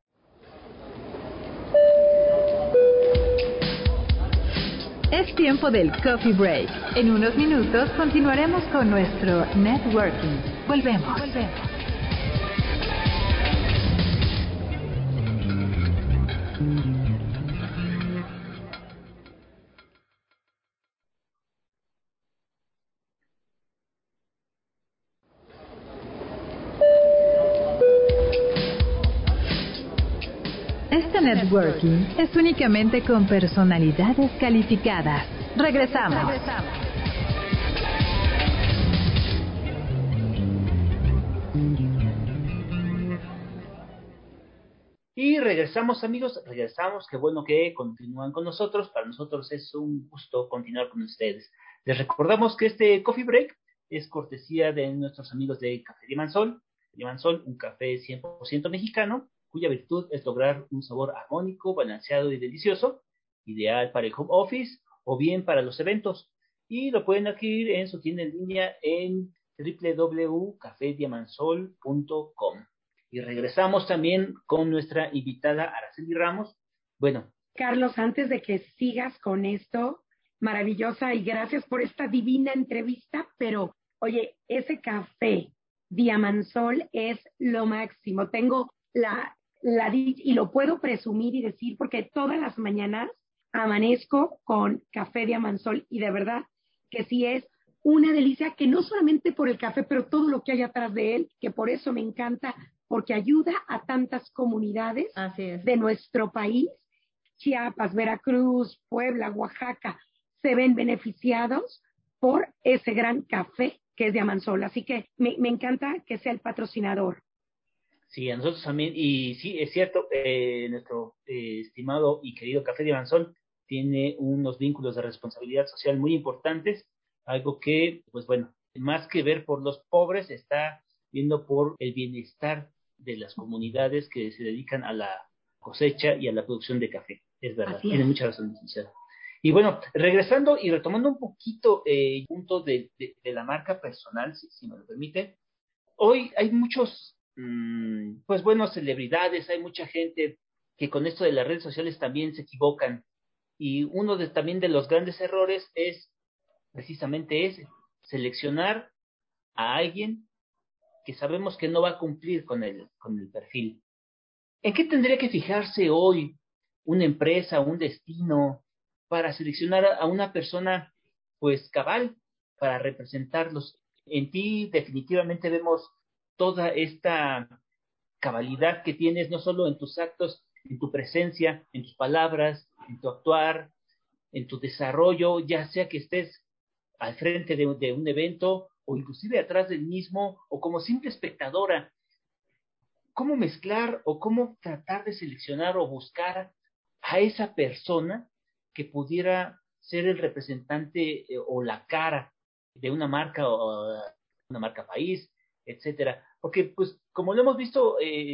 Es tiempo del coffee break. En unos minutos continuaremos con nuestro networking. Volvemos. Este networking es únicamente con personalidades calificadas. Regresamos. Y regresamos, amigos, regresamos. Qué bueno que continúan con nosotros. Para nosotros es un gusto continuar con ustedes. Les recordamos que este coffee break es cortesía de nuestros amigos de Café Diamansol. Diamansol, un café 100% mexicano, cuya virtud es lograr un sabor armónico, balanceado y delicioso, ideal para el home office o bien para los eventos. Y lo pueden adquirir en su tienda en línea en www.cafediamansol.com. Y regresamos también con nuestra invitada Araceli Ramos. Bueno, Carlos, antes de que sigas con esto, maravillosa y gracias por esta divina entrevista, pero oye, ese café Diamansol es lo máximo. Tengo y lo puedo presumir y decir porque todas las mañanas amanezco con café Diamansol y de verdad que sí es una delicia, que no solamente por el café, pero todo lo que hay atrás de él, que por eso me encanta, porque ayuda a tantas comunidades de nuestro país. Chiapas, Veracruz, Puebla, Oaxaca, se ven beneficiados por ese gran café que es Diamansol. Así que me encanta que sea el patrocinador. sí, a nosotros también, y sí, es cierto, nuestro estimado y querido Café Diamansol tiene unos vínculos de responsabilidad social muy importantes, algo que, pues bueno, más que ver por los pobres, está viendo por el bienestar de las comunidades que se dedican a la cosecha y a la producción de café. Es verdad, tiene mucha razón, licenciado. Y bueno, regresando y retomando un poquito el punto de la marca personal, si me lo permite, hoy hay muchos, pues bueno, celebridades, hay mucha gente que con esto de las redes sociales también se equivocan. Y uno también de los grandes errores es precisamente ese, seleccionar a alguien que sabemos que no va a cumplir con el perfil. ¿En qué tendría que fijarse hoy una empresa, un destino, para seleccionar a una persona, pues cabal, para representarlos? En ti definitivamente vemos toda esta cabalidad que tienes, no solo en tus actos, en tu presencia, en tus palabras, en tu actuar, en tu desarrollo, ya sea que estés al frente de un evento o inclusive atrás del mismo o como simple espectadora. ¿Cómo mezclar o cómo tratar de seleccionar o buscar a esa persona que pudiera ser el representante o la cara de una marca o una marca país, etcétera? Porque, pues, como lo hemos visto,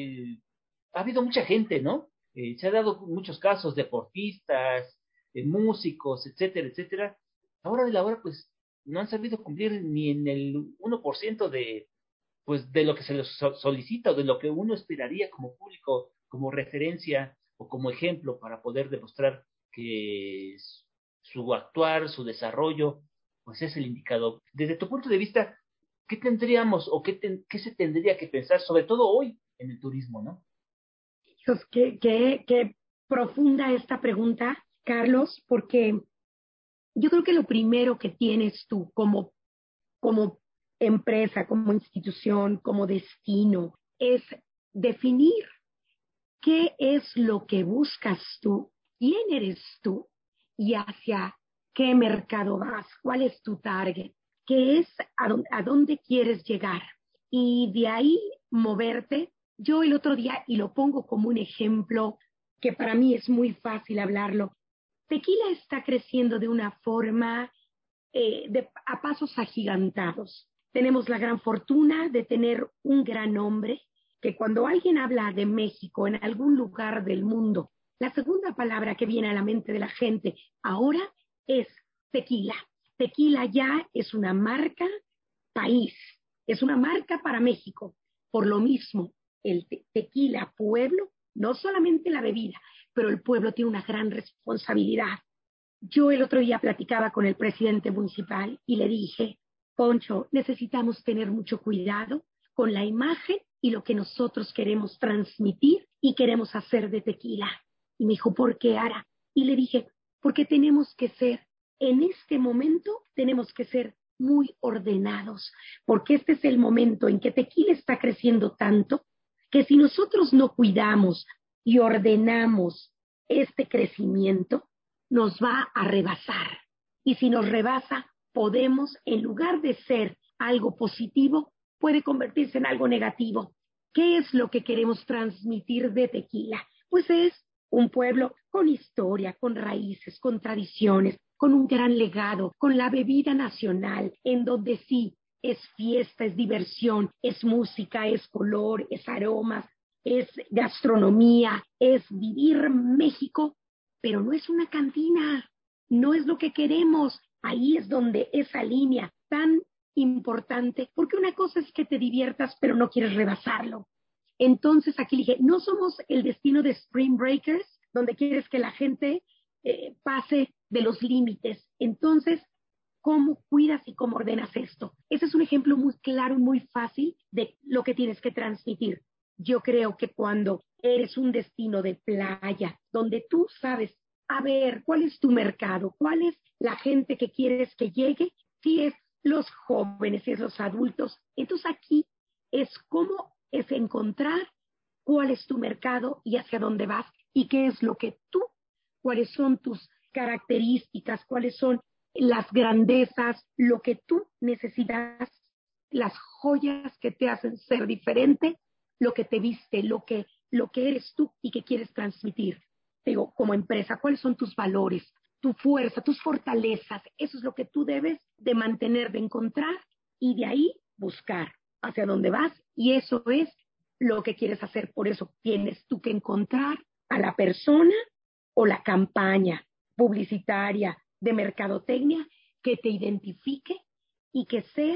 ha habido mucha gente, ¿no? Se ha dado muchos casos, deportistas, músicos, etcétera, etcétera. Ahora de la hora, pues, no han sabido cumplir ni en el 1% pues de lo que se les solicita o de lo que uno esperaría como público, como referencia o como ejemplo para poder demostrar que su actuar, su desarrollo, pues es el indicador. Desde tu punto de vista, ¿qué tendríamos o qué se tendría que pensar, sobre todo hoy en el turismo, ¿no? Dios, qué profunda esta pregunta, Carlos, porque yo creo que lo primero que tienes tú como empresa, como institución, como destino, es definir qué es lo que buscas tú, quién eres tú y hacia qué mercado vas, cuál es tu target, qué es a dónde quieres llegar. Y de ahí moverte. Yo el otro día, y lo pongo como un ejemplo que para mí es muy fácil hablarlo, Tequila está creciendo de una forma a pasos agigantados. Tenemos la gran fortuna de tener un gran nombre, que cuando alguien habla de México en algún lugar del mundo, la segunda palabra que viene a la mente de la gente ahora es tequila. Tequila ya es una marca país, es una marca para México. Por lo mismo, el tequila pueblo, no solamente la bebida, pero el pueblo tiene una gran responsabilidad. Yo el otro día platicaba con el presidente municipal y le dije, Poncho, necesitamos tener mucho cuidado con la imagen y lo que nosotros queremos transmitir y queremos hacer de tequila. Y me dijo, ¿por qué, Ara? Y le dije, porque tenemos que ser, en este momento, tenemos que ser muy ordenados, porque este es el momento en que tequila está creciendo tanto que si nosotros no cuidamos y ordenamos este crecimiento, nos va a rebasar. Y si nos rebasa, podemos, en lugar de ser algo positivo, puede convertirse en algo negativo. ¿Qué es lo que queremos transmitir de tequila? Pues es un pueblo con historia, con raíces, con tradiciones, con un gran legado, con la bebida nacional, en donde sí es fiesta, es diversión, es música, es color, es aromas, es gastronomía, es vivir México, pero no es una cantina, no es lo que queremos. Ahí es donde esa línea tan importante, porque una cosa es que te diviertas, pero no quieres rebasarlo. Entonces aquí dije, no somos el destino de Spring Breakers, donde quieres que la gente pase de los límites. Entonces, ¿cómo cuidas y cómo ordenas esto? Ese es un ejemplo muy claro y muy fácil de lo que tienes que transmitir. Yo creo que cuando eres un destino de playa, donde tú sabes, a ver, ¿cuál es tu mercado? ¿Cuál es la gente que quieres que llegue? Si es los jóvenes, si es los adultos. Entonces aquí es cómo es encontrar cuál es tu mercado y hacia dónde vas y qué es lo que tú, cuáles son tus características, cuáles son las grandezas, lo que tú necesitas, las joyas que te hacen ser diferente, lo que te viste, lo que eres tú y que quieres transmitir. Digo, como empresa, ¿cuáles son tus valores, tu fuerza, tus fortalezas? Eso es lo que tú debes de mantener, de encontrar y de ahí buscar hacia dónde vas, y eso es lo que quieres hacer. Por eso tienes tú que encontrar a la persona o la campaña publicitaria de mercadotecnia que te identifique y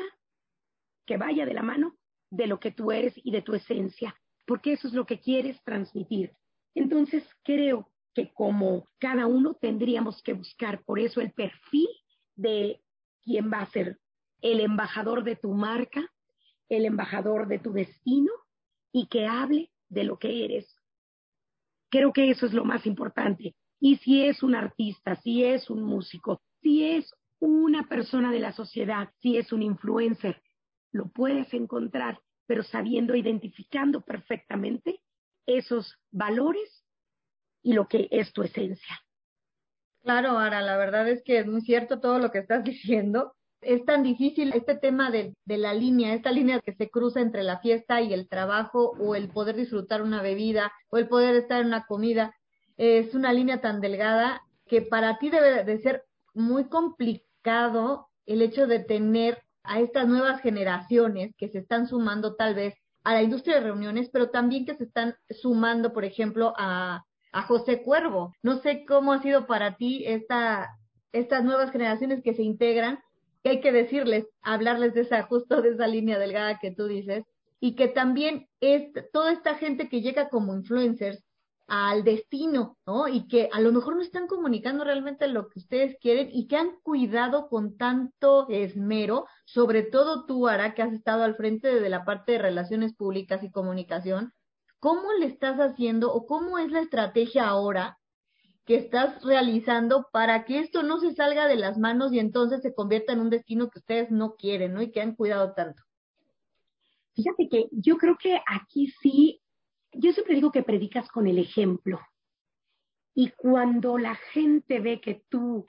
que vaya de la mano de lo que tú eres y de tu esencia, porque eso es lo que quieres transmitir. Entonces, creo que como cada uno tendríamos que buscar por eso el perfil de quién va a ser el embajador de tu marca, el embajador de tu destino y que hable de lo que eres. Creo que eso es lo más importante. Y si es un artista, si es un músico, si es una persona de la sociedad, si es un influencer, lo puedes encontrar, pero sabiendo, identificando perfectamente esos valores y lo que es tu esencia. Claro, Ara, la verdad es que es muy cierto todo lo que estás diciendo. Es tan difícil este tema de la línea, esta línea que se cruza entre la fiesta y el trabajo, o el poder disfrutar una bebida, o el poder estar en una comida. Es una línea tan delgada que para ti debe de ser muy complicado el hecho de tener a estas nuevas generaciones que se están sumando tal vez a la industria de reuniones, pero también que se están sumando, por ejemplo, a José Cuervo. No sé cómo ha sido para ti estas nuevas generaciones que se integran, que hay que decirles, hablarles de justo de esa línea delgada que tú dices, y que también es toda esta gente que llega como influencers al destino, ¿no? Y que a lo mejor no están comunicando realmente lo que ustedes quieren y que han cuidado con tanto esmero, sobre todo tú, Ara, que has estado al frente de la parte de relaciones públicas y comunicación. ¿Cómo le estás haciendo o cómo es la estrategia ahora que estás realizando para que esto no se salga de las manos y entonces se convierta en un destino que ustedes no quieren, ¿no? Y que han cuidado tanto? Fíjate que yo creo que aquí sí, yo siempre digo que predicas con el ejemplo. Y cuando la gente ve que tú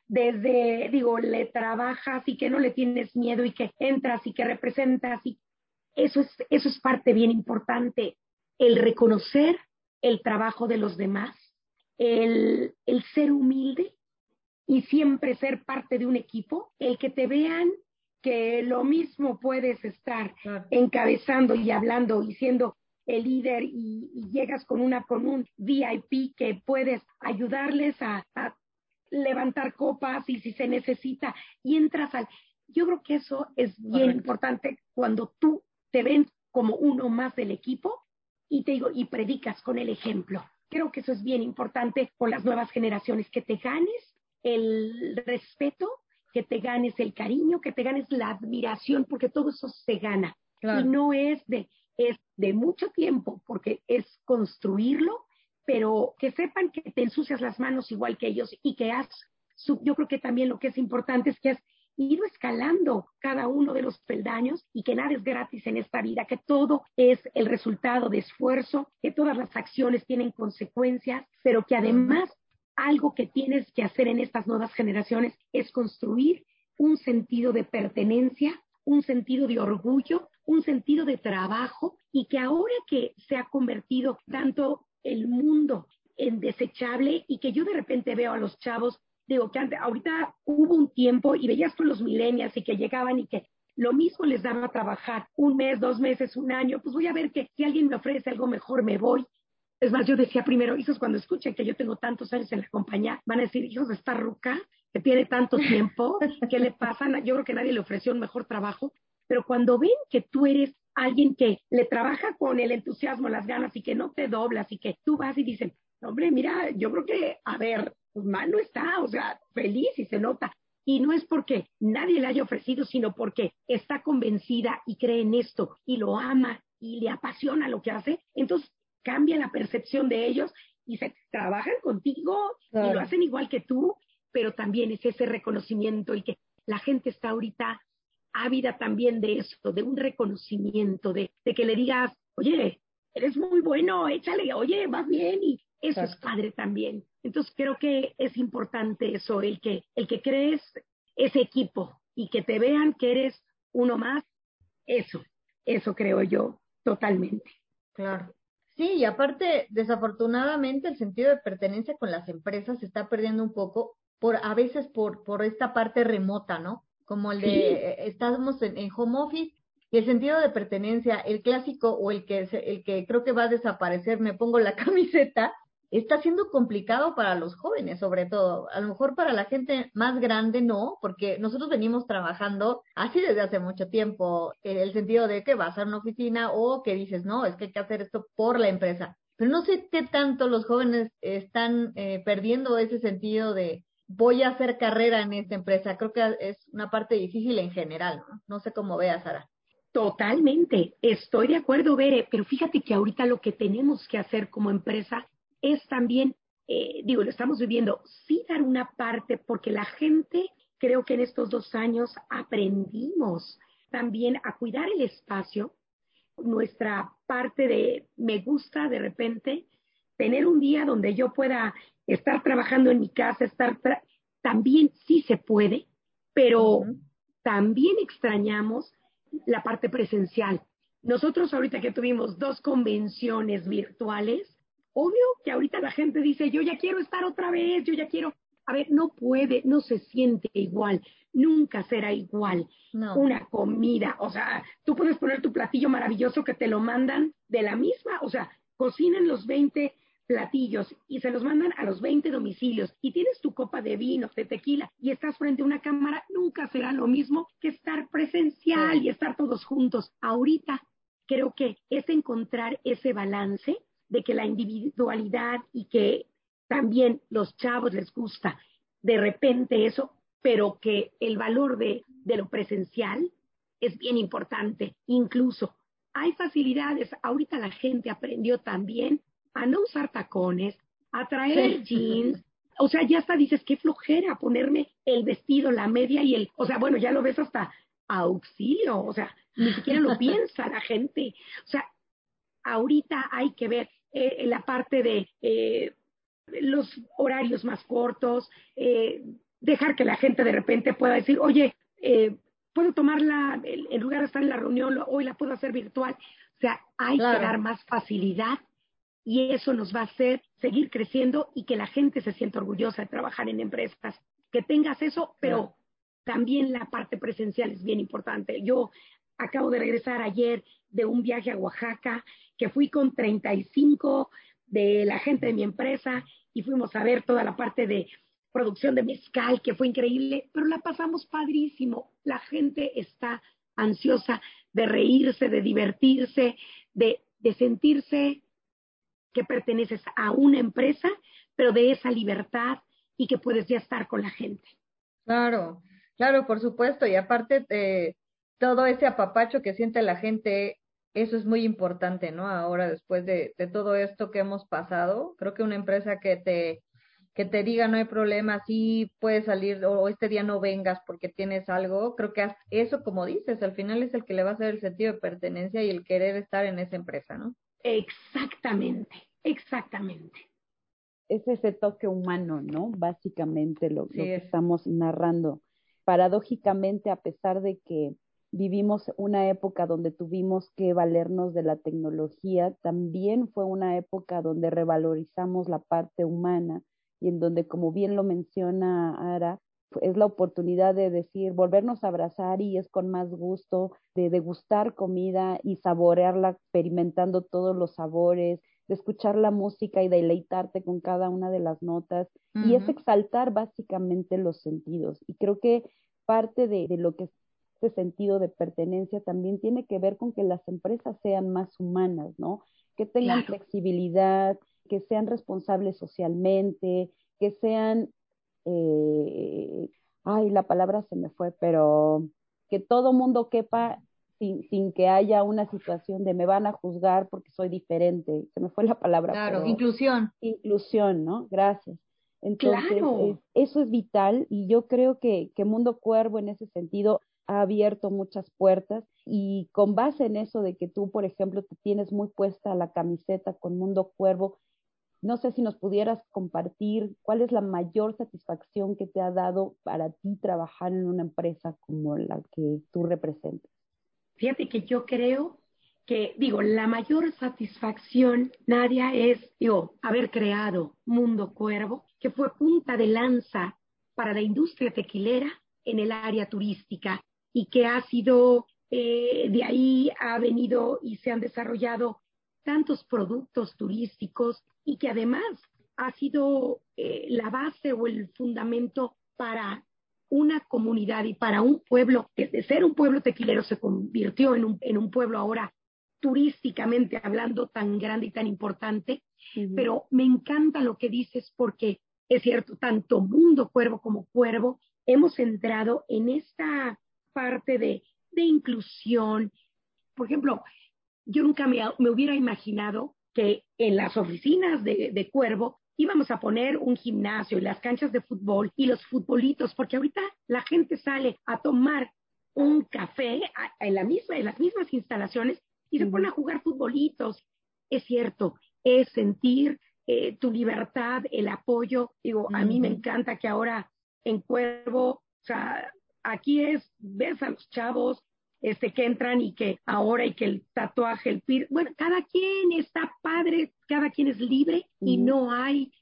le trabajas y que no le tienes miedo y que entras y que representas, y eso es parte bien importante, el reconocer el trabajo de los demás, el ser humilde y siempre ser parte de un equipo, el que te vean que lo mismo puedes estar encabezando y hablando y siendo el líder y llegas con un VIP que puedes ayudarles a levantar copas y si se necesita y entras al... Yo creo que eso es bien importante cuando tú te ven como uno más del equipo y te digo, y predicas con el ejemplo. Creo que eso es bien importante con las nuevas generaciones, que te ganes el respeto, que te ganes el cariño, que te ganes la admiración, porque todo eso se gana. Claro. Y no es de mucho tiempo, porque es construirlo, pero que sepan que te ensucias las manos igual que ellos y que yo creo que también lo que es importante es que has ido escalando cada uno de los peldaños y que nada es gratis en esta vida, que todo es el resultado de esfuerzo, que todas las acciones tienen consecuencias, pero que además algo que tienes que hacer en estas nuevas generaciones es construir un sentido de pertenencia, un sentido de orgullo, un sentido de trabajo, y que ahora que se ha convertido tanto el mundo en desechable y que yo de repente veo a los chavos, digo que ahorita hubo un tiempo y veías con los millennials y que llegaban y que lo mismo les daba a trabajar un mes, 2 meses, un año, pues voy a ver que si alguien me ofrece algo mejor me voy. Es más, yo decía primero, hijos, cuando escuchen que yo tengo tantos años en la compañía, van a decir, hijos de esta ruca que tiene tanto tiempo, ¿qué le pasa? Yo creo que nadie le ofreció un mejor trabajo, pero cuando ven que tú eres alguien que le trabaja con el entusiasmo, las ganas y que no te doblas y que tú vas y dicen, hombre, mira, yo creo que, a ver, pues mal no está, o sea, feliz y se nota. Y no es porque nadie le haya ofrecido, sino porque está convencida y cree en esto y lo ama y le apasiona lo que hace. Entonces, cambia la percepción de ellos y se trabajan contigo y lo hacen igual que tú, pero también es ese reconocimiento y que la gente está ahorita ávida también de eso, de un reconocimiento, de que le digas, oye, eres muy bueno, échale, oye, vas bien, y eso es padre también. Entonces creo que es importante eso, el que crees ese equipo y que te vean que eres uno más, eso creo yo totalmente. Claro. Sí, y aparte, desafortunadamente, el sentido de pertenencia con las empresas se está perdiendo un poco a veces por esta parte remota, ¿no? como el Sí. de estamos en home office, y el sentido de pertenencia, el clásico o el que creo que va a desaparecer, me pongo la camiseta, está siendo complicado para los jóvenes, sobre todo. A lo mejor para la gente más grande no, porque nosotros venimos trabajando así desde hace mucho tiempo, el sentido de que vas a una oficina o que dices, no, es que hay que hacer esto por la empresa. Pero no sé qué tanto los jóvenes están perdiendo ese sentido de voy a hacer carrera en esta empresa. Creo que es una parte difícil en general, ¿no? No sé cómo veas, Sara. Totalmente, estoy de acuerdo, Bere, pero fíjate que ahorita lo que tenemos que hacer como empresa es también, digo, lo estamos viviendo, sí dar una parte, porque la gente, creo que en estos 2 años aprendimos también a cuidar el espacio, nuestra parte de me gusta de repente tener un día donde yo pueda estar trabajando en mi casa, también sí se puede, pero Uh-huh. también extrañamos la parte presencial. Nosotros ahorita que tuvimos 2 convenciones virtuales, obvio que ahorita la gente dice, yo ya quiero estar otra vez, yo ya quiero, a ver, no puede, no se siente igual, nunca será igual. No, Una comida, o sea, tú puedes poner tu platillo maravilloso que te lo mandan de la misma, o sea, cocinan los 20 platillos y se los mandan a los 20 domicilios y tienes tu copa de vino, de tequila y estás frente a una cámara, nunca será lo mismo que estar presencial sí. y estar todos juntos. Ahorita creo que es encontrar ese balance de que la individualidad y que también los chavos les gusta de repente eso, pero que el valor de lo presencial es bien importante. Incluso hay facilidades. Ahorita la gente aprendió también a no usar tacones, a traer Sí. jeans. O sea, ya hasta dices, qué flojera ponerme el vestido, la media y el, o sea, bueno, ya lo ves hasta auxilio, o sea, ni siquiera lo piensa la gente. O sea, ahorita hay que ver la parte de los horarios más cortos, dejar que la gente de repente pueda decir, oye, puedo tomarla, en lugar de estar en la reunión, hoy la puedo hacer virtual. O sea, hay que dar Claro, más facilidad y eso nos va a hacer seguir creciendo y que la gente se sienta orgullosa de trabajar en empresas. Que tengas eso, claro. pero también la parte presencial es bien importante. Yo acabo de regresar ayer de un viaje a Oaxaca, que fui con 35 de la gente de mi empresa y fuimos a ver toda la parte de producción de mezcal, que fue increíble, pero la pasamos padrísimo. La gente está ansiosa de reírse, de divertirse, de sentirse que perteneces a una empresa, pero de esa libertad y que puedes ya estar con la gente. Claro, claro, por supuesto. Y aparte, todo ese apapacho que siente la gente, eso es muy importante, ¿no? Ahora, después de todo esto que hemos pasado, creo que una empresa que te diga no hay problema, sí puedes salir o este día no vengas porque tienes algo, creo que eso, como dices, al final es el que le va a hacer el sentido de pertenencia y el querer estar en esa empresa, ¿no? Exactamente, exactamente. Es ese toque humano, ¿no? Básicamente Sí lo que es. estamos narrando. Paradójicamente, a pesar de que vivimos una época donde tuvimos que valernos de la tecnología, también fue una época donde revalorizamos la parte humana y en donde, como bien lo menciona Ara, es la oportunidad de decir, volvernos a abrazar y es con más gusto de degustar comida y saborearla, experimentando todos los sabores, de escuchar la música y deleitarte con cada una de las notas, y es Ujú. exaltar básicamente los sentidos. Y creo que parte de lo que es ese sentido de pertenencia también tiene que ver con que las empresas sean más humanas, ¿no? Que tengan Claro. flexibilidad, que sean responsables socialmente, que sean, ay, la palabra se me fue, pero que todo mundo quepa sin que haya una situación de me van a juzgar porque soy diferente. Se me fue la palabra, Claro, pero inclusión. inclusión, ¿no? Gracias. Entonces, Claro. eso es vital y yo creo que Mundo Cuervo en ese sentido ha abierto muchas puertas y con base en eso de que tú, por ejemplo, te tienes muy puesta la camiseta con Mundo Cuervo, no sé si nos pudieras compartir cuál es la mayor satisfacción que te ha dado para ti trabajar en una empresa como la que tú representas. Fíjate que yo creo que, digo, la mayor satisfacción, Nadia, es, digo, haber creado Mundo Cuervo, que fue punta de lanza para la industria tequilera en el área turística y que ha sido, de ahí ha venido y se han desarrollado tantos productos turísticos y que además ha sido la base o el fundamento para una comunidad y para un pueblo, que de ser un pueblo tequilero se convirtió en un pueblo ahora turísticamente hablando tan grande y tan importante. Pero me encanta lo que dices porque es cierto, tanto Mundo Cuervo como Cuervo hemos entrado en esta parte de inclusión. Por ejemplo, yo nunca me hubiera imaginado que en las oficinas de Cuervo íbamos a poner un gimnasio y las canchas de fútbol y los futbolitos, porque ahorita la gente sale a tomar un café en las mismas instalaciones y se ponen a jugar futbolitos. Es cierto, es sentir tu libertad, el apoyo. Digo, a mí me encanta que ahora en Cuervo, o sea, aquí ves a los chavos que entran y que ahora y que el tatuaje, el pir, bueno, cada quien está padre, cada quien es libre y no hay,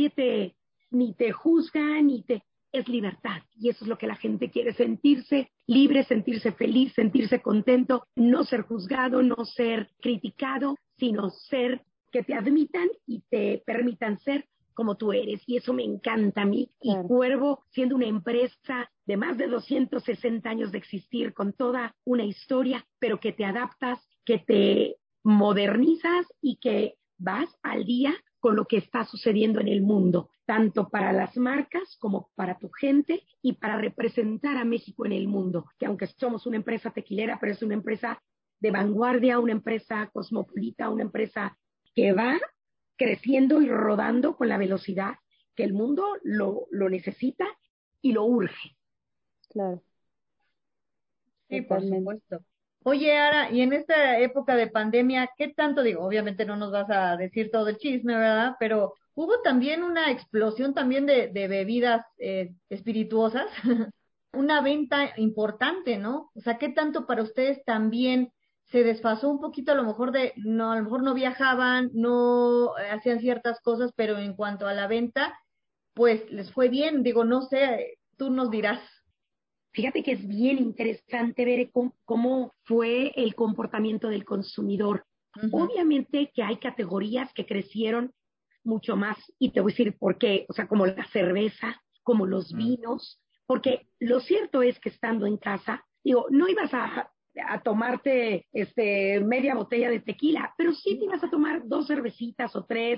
ni te juzga, es libertad. Y eso es lo que la gente quiere, sentirse libre, sentirse feliz, sentirse contento, no ser juzgado, no ser criticado, sino ser, que te admitan y te permitan ser como tú eres, y eso me encanta a mí. Claro. Y Cuervo, siendo una empresa de más de 260 años de existir, con toda una historia, pero que te adaptas, que te modernizas y que vas al día con lo que está sucediendo en el mundo, tanto para las marcas como para tu gente y para representar a México en el mundo, que aunque somos una empresa tequilera, pero es una empresa de vanguardia, una empresa cosmopolita, una empresa que va creciendo y rodando con la velocidad que el mundo lo necesita y lo urge. Claro. Sí, totalmente. Por supuesto. Oye, Ara, y en esta época de pandemia, ¿qué tanto digo? Obviamente no nos vas a decir todo el chisme, ¿verdad? Pero hubo también una explosión también de bebidas espirituosas, una venta importante, ¿no? O sea, ¿qué tanto para ustedes también se desfasó un poquito a lo mejor no, a lo mejor no viajaban, no hacían ciertas cosas, pero en cuanto a la venta, pues les fue bien? Digo, no sé, tú nos dirás. Fíjate que es bien interesante ver cómo fue el comportamiento del consumidor. Obviamente que hay categorías que crecieron mucho más, y te voy a decir por qué, o sea, como la cerveza, como los vinos, porque lo cierto es que estando en casa, digo, no ibas a tomarte media botella de tequila, pero sí te ibas a tomar 2 cervecitas o 3,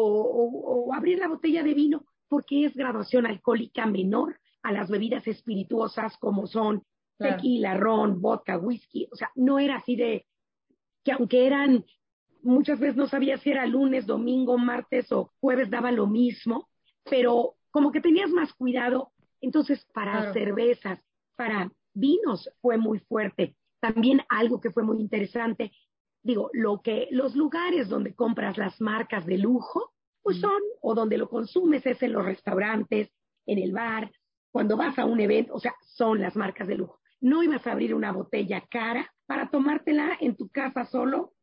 o abrir la botella de vino, porque es graduación alcohólica menor a las bebidas espirituosas como son tequila, ron, vodka, whisky. O sea, no era así de que aunque eran, muchas veces no sabías si era lunes, domingo, martes o jueves, daba lo mismo, pero como que tenías más cuidado. Entonces, para cervezas, para vinos fue muy fuerte. También algo que fue muy interesante, digo, los lugares donde compras las marcas de lujo, pues son, o donde lo consumes es en los restaurantes, en el bar, cuando vas a un evento, o sea, son las marcas de lujo. No ibas a abrir una botella cara para tomártela en tu casa solo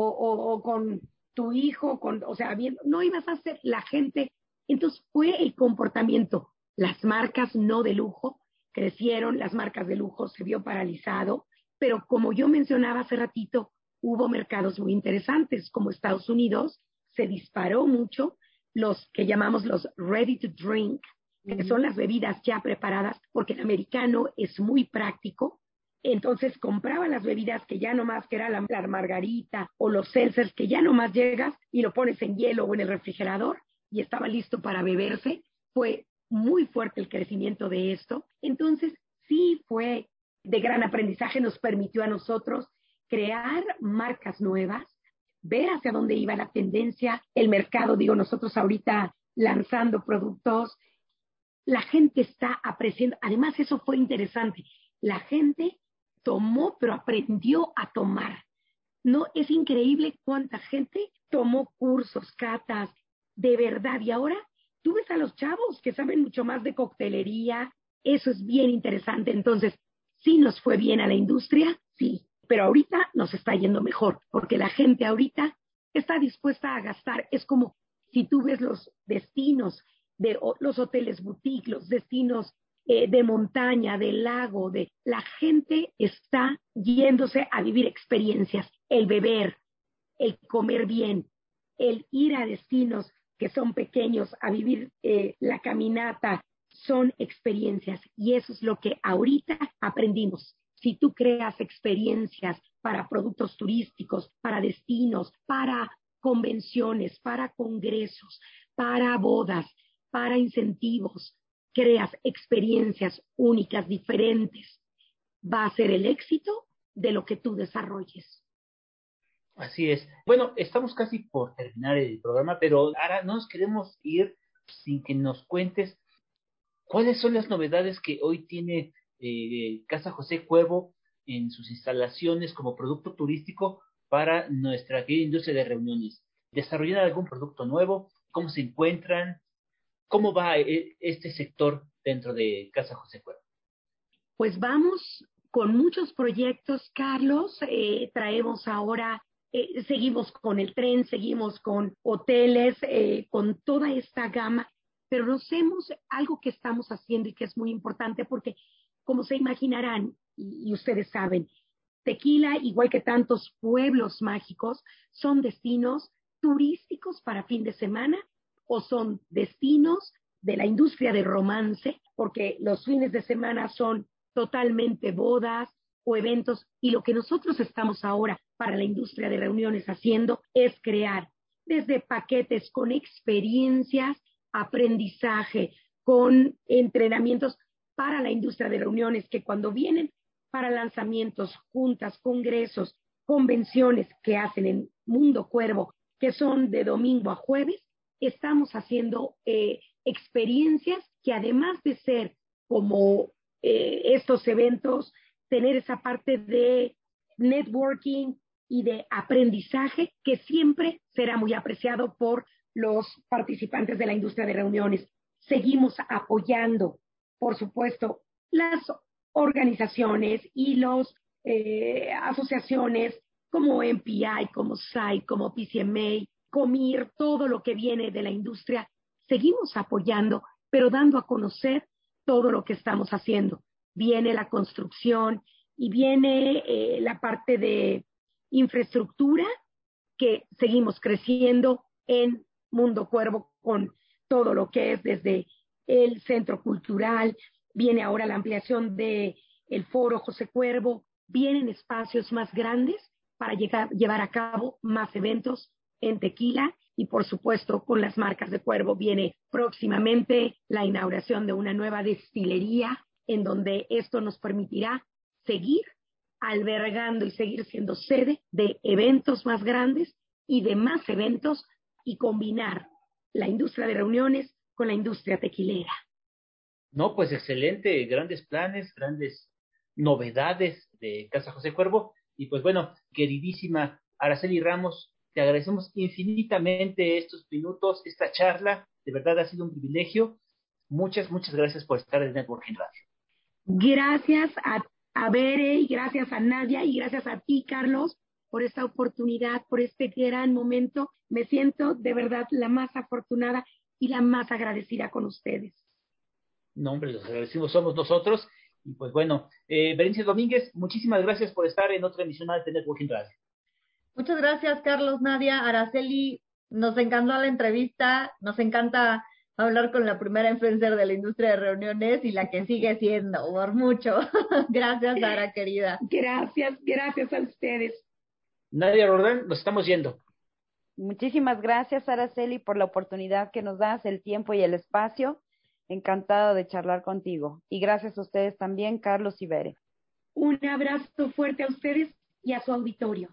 o con tu hijo, o sea, no ibas a hacer la gente. Entonces fue el comportamiento. Las marcas no de lujo crecieron, las marcas de lujo se vio paralizado, pero como yo mencionaba hace ratito, hubo mercados muy interesantes, como Estados Unidos, se disparó mucho los que llamamos los ready to drink, que son las bebidas ya preparadas, porque el americano es muy práctico. Entonces compraba las bebidas que ya nomás, que era la margarita o los seltzers, que ya nomás llegas y lo pones en hielo o en el refrigerador y estaba listo para beberse. Fue muy fuerte el crecimiento de esto. Entonces sí fue de gran aprendizaje, nos permitió a nosotros crear marcas nuevas, ver hacia dónde iba la tendencia, el mercado. Digo, nosotros ahorita lanzando productos, la gente está apreciando. Además, eso fue interesante. La gente tomó, pero aprendió a tomar. No, es increíble cuánta gente tomó cursos, catas, de verdad. Y ahora tú ves a los chavos que saben mucho más de coctelería. Eso es bien interesante. Entonces, sí nos fue bien a la industria, sí, pero ahorita nos está yendo mejor, porque la gente ahorita está dispuesta a gastar. Es como si tú ves los destinos de los hoteles boutique, los destinos de montaña, del lago, de la gente está yéndose a vivir experiencias, el beber, el comer bien, el ir a destinos que son pequeños, a vivir la caminata, son experiencias y eso es lo que ahorita aprendimos. Si tú creas experiencias para productos turísticos, para destinos, para convenciones, para congresos, para bodas, para incentivos, creas experiencias únicas, diferentes, va a ser el éxito de lo que tú desarrolles. Así es. Bueno, estamos casi por terminar el programa, pero ahora no nos queremos ir sin que nos cuentes cuáles son las novedades que hoy tiene Casa José Cuervo en sus instalaciones como producto turístico para nuestra querida industria de reuniones. ¿Desarrollar algún producto nuevo? ¿Cómo se encuentran? ¿Cómo va este sector dentro de Casa José Cuervo? Pues vamos con muchos proyectos, Carlos. Traemos ahora, seguimos con el tren, seguimos con hoteles, con toda esta gama, pero nos hemos, algo que estamos haciendo y que es muy importante porque, como se imaginarán, y ustedes saben, Tequila, igual que tantos pueblos mágicos, son destinos turísticos para fin de semana o son destinos de la industria de romance, porque los fines de semana son totalmente bodas o eventos, y lo que nosotros estamos ahora para la industria de reuniones haciendo es crear desde paquetes con experiencias, aprendizaje, con entrenamientos para la industria de reuniones, que cuando vienen para lanzamientos, juntas, congresos, convenciones que hacen en Mundo Cuervo, que son de domingo a jueves, estamos haciendo experiencias que además de ser como estos eventos, tener esa parte de networking y de aprendizaje que siempre será muy apreciado por los participantes de la industria de reuniones. Seguimos apoyando, por supuesto, las organizaciones y las asociaciones como MPI, como SAI, como PCMA, Comir, todo lo que viene de la industria. Seguimos apoyando, pero dando a conocer todo lo que estamos haciendo. Viene la construcción y viene la parte de infraestructura que seguimos creciendo en Mundo Cuervo con todo lo que es desde el centro cultural, viene ahora la ampliación del foro José Cuervo, vienen espacios más grandes para llevar a cabo más eventos en Tequila y por supuesto con las marcas de Cuervo viene próximamente la inauguración de una nueva destilería en donde esto nos permitirá seguir albergando y seguir siendo sede de eventos más grandes y de más eventos y combinar la industria de reuniones con la industria tequilera. No, pues excelente, grandes planes, grandes novedades de Casa José Cuervo. Y pues bueno, queridísima Araceli Ramos, te agradecemos infinitamente estos minutos, esta charla. De verdad ha sido un privilegio. Muchas, muchas gracias por estar en Networking Radio. Gracias a Bere y gracias a Nadia y gracias a ti, Carlos, por esta oportunidad, por este gran momento. Me siento de verdad la más afortunada y la más agradecida con ustedes. No, hombre, los agradecimos somos nosotros. Y pues bueno, Berenice Domínguez, muchísimas gracias por estar en otra emisión más de Networking Radio. Muchas gracias, Carlos, Nadia, Araceli. Nos encantó la entrevista, nos encanta hablar con la primera influencer de la industria de reuniones y la que sigue siendo, por mucho. Gracias, Sara, querida. Gracias a ustedes. Nadia Rodán, nos estamos yendo. Muchísimas gracias, Araceli, por la oportunidad que nos das, el tiempo y el espacio. Encantado de charlar contigo. Y gracias a ustedes también, Carlos y Bere. Un abrazo fuerte a ustedes y a su auditorio.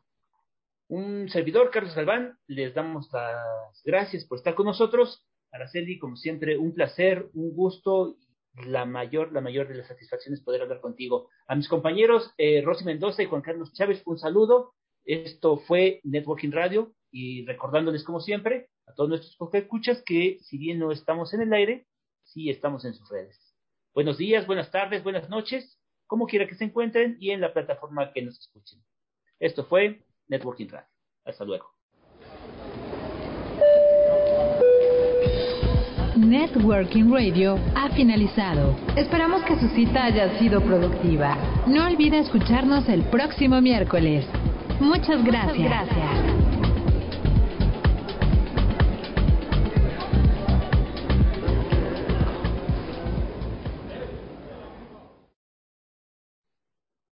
Un servidor, Carlos Galván, les damos las gracias por estar con nosotros. Araceli, como siempre, un placer, un gusto, la mayor de las satisfacciones poder hablar contigo. A mis compañeros, Rosy Mendoza y Juan Carlos Chávez, un saludo. Esto fue Networking Radio y recordándoles, como siempre, a todos nuestros escuchas que si bien no estamos en el aire, sí estamos en sus redes. Buenos días, buenas tardes, buenas noches, como quiera que se encuentren y en la plataforma que nos escuchen. Esto fue Networking Radio. Hasta luego. Networking Radio ha finalizado. Esperamos que su cita haya sido productiva. No olvide escucharnos el próximo miércoles. Muchas gracias.